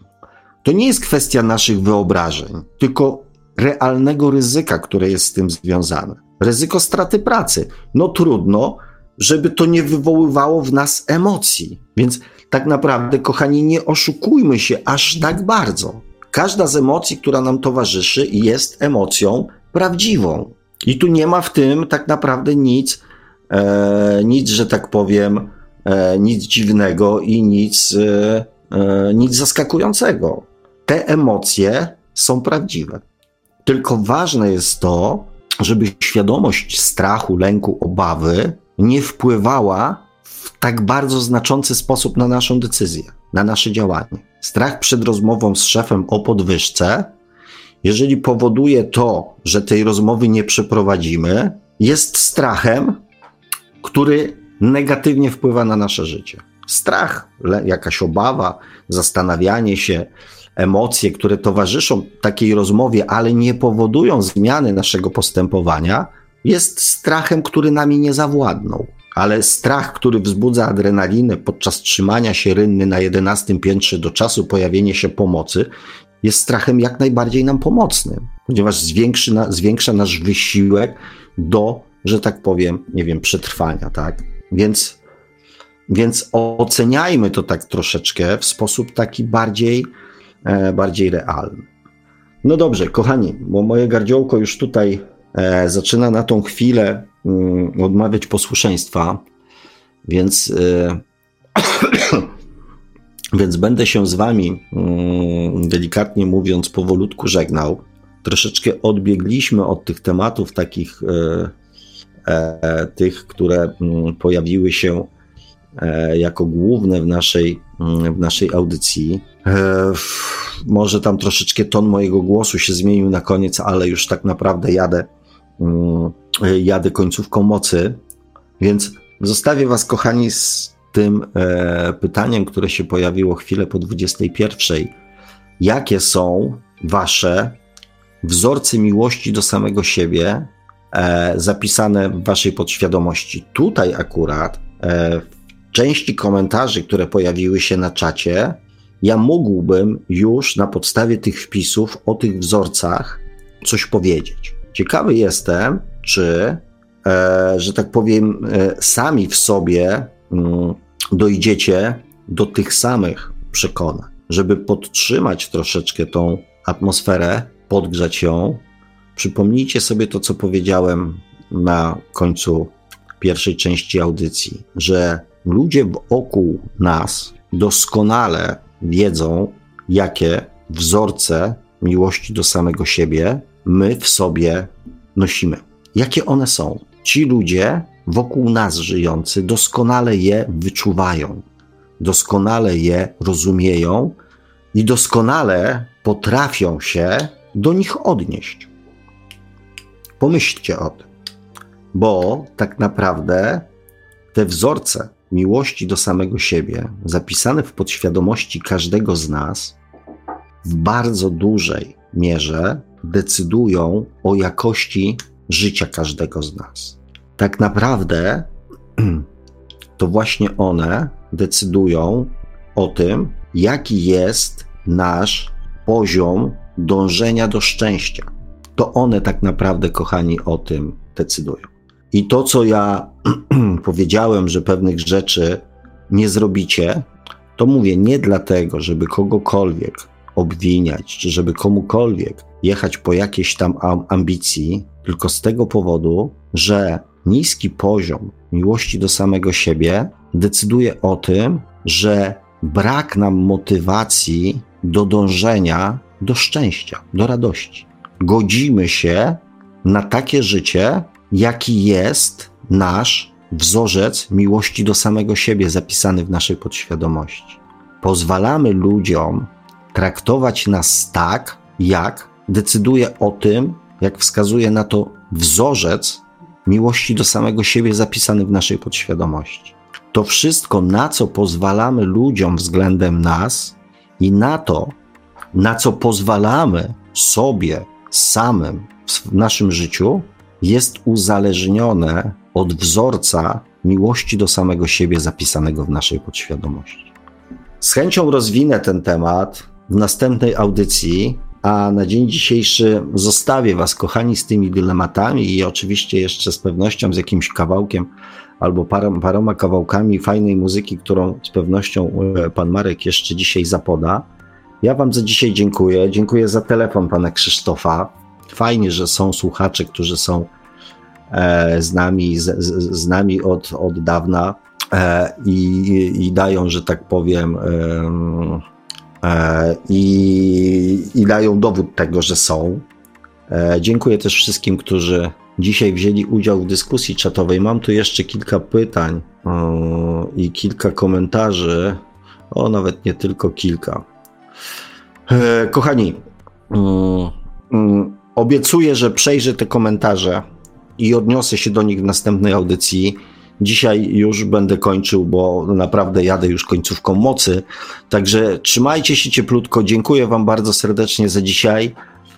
To nie jest kwestia naszych wyobrażeń, tylko realnego ryzyka, które jest z tym związane. Ryzyko straty pracy. No trudno, żeby to nie wywoływało w nas emocji. Więc tak naprawdę, kochani, nie oszukujmy się aż tak bardzo. Każda z emocji, która nam towarzyszy, jest emocją prawdziwą. I tu nie ma w tym tak naprawdę nic, e, nic, że tak powiem, e, nic dziwnego i nic, e, e, nic zaskakującego. Te emocje są prawdziwe. Tylko ważne jest to, żeby świadomość strachu, lęku, obawy nie wpływała w tak bardzo znaczący sposób na naszą decyzję, na nasze działanie. Strach przed rozmową z szefem o podwyżce, jeżeli powoduje to, że tej rozmowy nie przeprowadzimy, jest strachem, który negatywnie wpływa na nasze życie. Strach, jakaś obawa, zastanawianie się, emocje, które towarzyszą takiej rozmowie, ale nie powodują zmiany naszego postępowania, jest strachem, który nami nie zawładnął. Ale strach, który wzbudza adrenalinę podczas trzymania się rynny na jedenastym piętrze do czasu pojawienia się pomocy, jest strachem jak najbardziej nam pomocnym, ponieważ zwiększy na, zwiększa nasz wysiłek do, że tak powiem, nie wiem, przetrwania, tak? Więc, więc oceniajmy to tak troszeczkę w sposób taki bardziej E, bardziej realny. No dobrze, kochani, bo moje gardziołko już tutaj e, zaczyna na tą chwilę mm, odmawiać posłuszeństwa, więc, e, więc będę się z wami, mm, delikatnie mówiąc, powolutku żegnał. Troszeczkę odbiegliśmy od tych tematów takich, e, e, tych, które mm, pojawiły się e, jako główne w naszej, mm, w naszej audycji. E, może tam troszeczkę ton mojego głosu się zmienił na koniec, ale już tak naprawdę jadę, mm, jadę końcówką mocy, więc zostawię was, kochani, z tym e, pytaniem, które się pojawiło chwilę po dwudziestej pierwszej. Jakie są wasze wzorce miłości do samego siebie e, zapisane w waszej podświadomości? Tutaj akurat e, w części komentarzy, które pojawiły się na czacie, ja mógłbym już na podstawie tych wpisów o tych wzorcach coś powiedzieć. Ciekawy jestem, czy, e, że tak powiem, e, sami w sobie mm, dojdziecie do tych samych przekonań. Żeby podtrzymać troszeczkę tą atmosferę, podgrzać ją, przypomnijcie sobie to, co powiedziałem na końcu pierwszej części audycji, że ludzie wokół nas doskonale wiedzą, jakie wzorce miłości do samego siebie my w sobie nosimy. Jakie one są? Ci ludzie wokół nas żyjący doskonale je wyczuwają, doskonale je rozumieją i doskonale potrafią się do nich odnieść. Pomyślcie o tym, bo tak naprawdę te wzorce miłości do samego siebie, zapisane w podświadomości każdego z nas, w bardzo dużej mierze decydują o jakości życia każdego z nas. Tak naprawdę to właśnie one decydują o tym, jaki jest nasz poziom dążenia do szczęścia. To one tak naprawdę, kochani, o tym decydują. I to, co ja powiedziałem, że pewnych rzeczy nie zrobicie, to mówię nie dlatego, żeby kogokolwiek obwiniać, czy żeby komukolwiek jechać po jakiejś tam ambicji, tylko z tego powodu, że niski poziom miłości do samego siebie decyduje o tym, że brak nam motywacji do dążenia do szczęścia, do radości. Godzimy się na takie życie, jaki jest nasz wzorzec miłości do samego siebie zapisany w naszej podświadomości. Pozwalamy ludziom traktować nas tak, jak decyduje o tym, jak wskazuje na to wzorzec miłości do samego siebie zapisany w naszej podświadomości. To wszystko, na co pozwalamy ludziom względem nas i na to, na co pozwalamy sobie samym w naszym życiu, jest uzależnione od wzorca miłości do samego siebie zapisanego w naszej podświadomości. Z chęcią rozwinę ten temat w następnej audycji, a na dzień dzisiejszy zostawię was, kochani, z tymi dylematami i oczywiście jeszcze z pewnością z jakimś kawałkiem albo paroma, paroma kawałkami fajnej muzyki, którą z pewnością pan Marek jeszcze dzisiaj zapoda. Ja wam za dzisiaj dziękuję. Dziękuję za telefon pana Krzysztofa. Fajnie, że są słuchacze, którzy są e, z nami, z, z, z nami od, od dawna e, i, i dają, że tak powiem, e, e, i, i dają dowód tego, że są. E, dziękuję też wszystkim, którzy dzisiaj wzięli udział w dyskusji czatowej. Mam tu jeszcze kilka pytań o, i kilka komentarzy, o nawet nie tylko kilka. E, kochani, mm, mm, obiecuję, że przejrzę te komentarze i odniosę się do nich w następnej audycji. Dzisiaj już będę kończył, bo naprawdę jadę już końcówką mocy. Także trzymajcie się cieplutko. Dziękuję wam bardzo serdecznie za dzisiaj.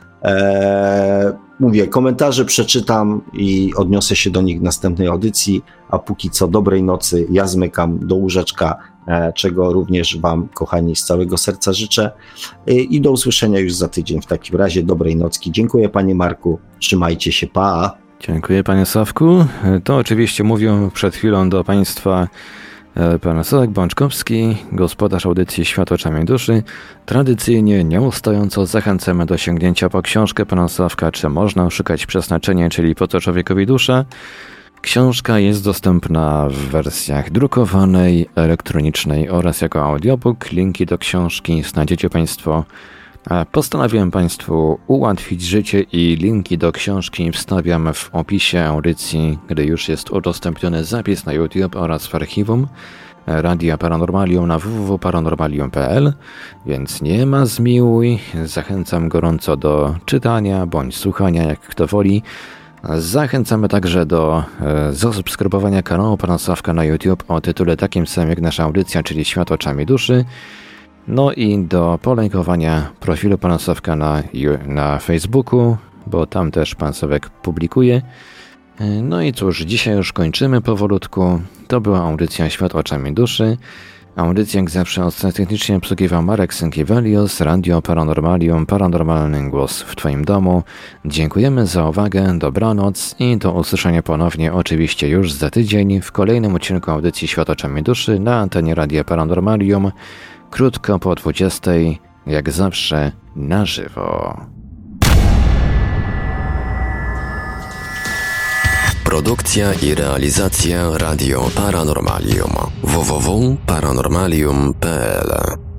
Eee, mówię, komentarze przeczytam i odniosę się do nich w następnej audycji. A póki co dobrej nocy. Ja zmykam do łóżeczka, e, czego również wam, kochani, z całego serca życzę. E, I do usłyszenia już za tydzień. W takim razie dobrej nocki. Dziękuję, panie Marku. Trzymajcie się. Pa. Dziękuję, panie Sławku. To oczywiście mówił przed chwilą do państwa pan Sławek Bączkowski, gospodarz audycji Świat oczami duszy. Tradycyjnie, nieustająco zachęcamy do sięgnięcia po książkę pana Sławka Czy można oszukać przeznaczenie, czyli Po co człowiekowi dusza. Książka jest dostępna w wersjach drukowanej, elektronicznej oraz jako audiobook. Linki do książki znajdziecie państwo. Postanowiłem państwu ułatwić życie i linki do książki wstawiam w opisie audycji, gdy już jest udostępniony zapis na YouTube oraz w archiwum Radia Paranormalium na w w w kropka paranormalium kropka p l, więc nie ma zmiłuj. Zachęcam gorąco do czytania bądź słuchania, jak kto woli. Zachęcamy także do e, zasubskrybowania kanału pana Sławka na YouTube o tytule takim samym jak nasza audycja, czyli Świat oczami duszy. No i do polajkowania profilu pana Sławka na, na Facebooku, bo tam też pan Sławek publikuje. No i cóż, dzisiaj już kończymy powolutku. To była audycja Świat oczami duszy. Audycję jak zawsze od strony technicznie obsługiwał Marek Sękiewelios, Radio Paranormalium, Paranormalny Głos w Twoim domu. Dziękujemy za uwagę, dobranoc i do usłyszenia ponownie oczywiście już za tydzień w kolejnym odcinku audycji Świat oczami duszy na antenie Radia Paranormalium, krótko po dwudziestej, jak zawsze na żywo. Produkcja i realizacja Radio Paranormalium. w w w kropka paranormalium kropka p l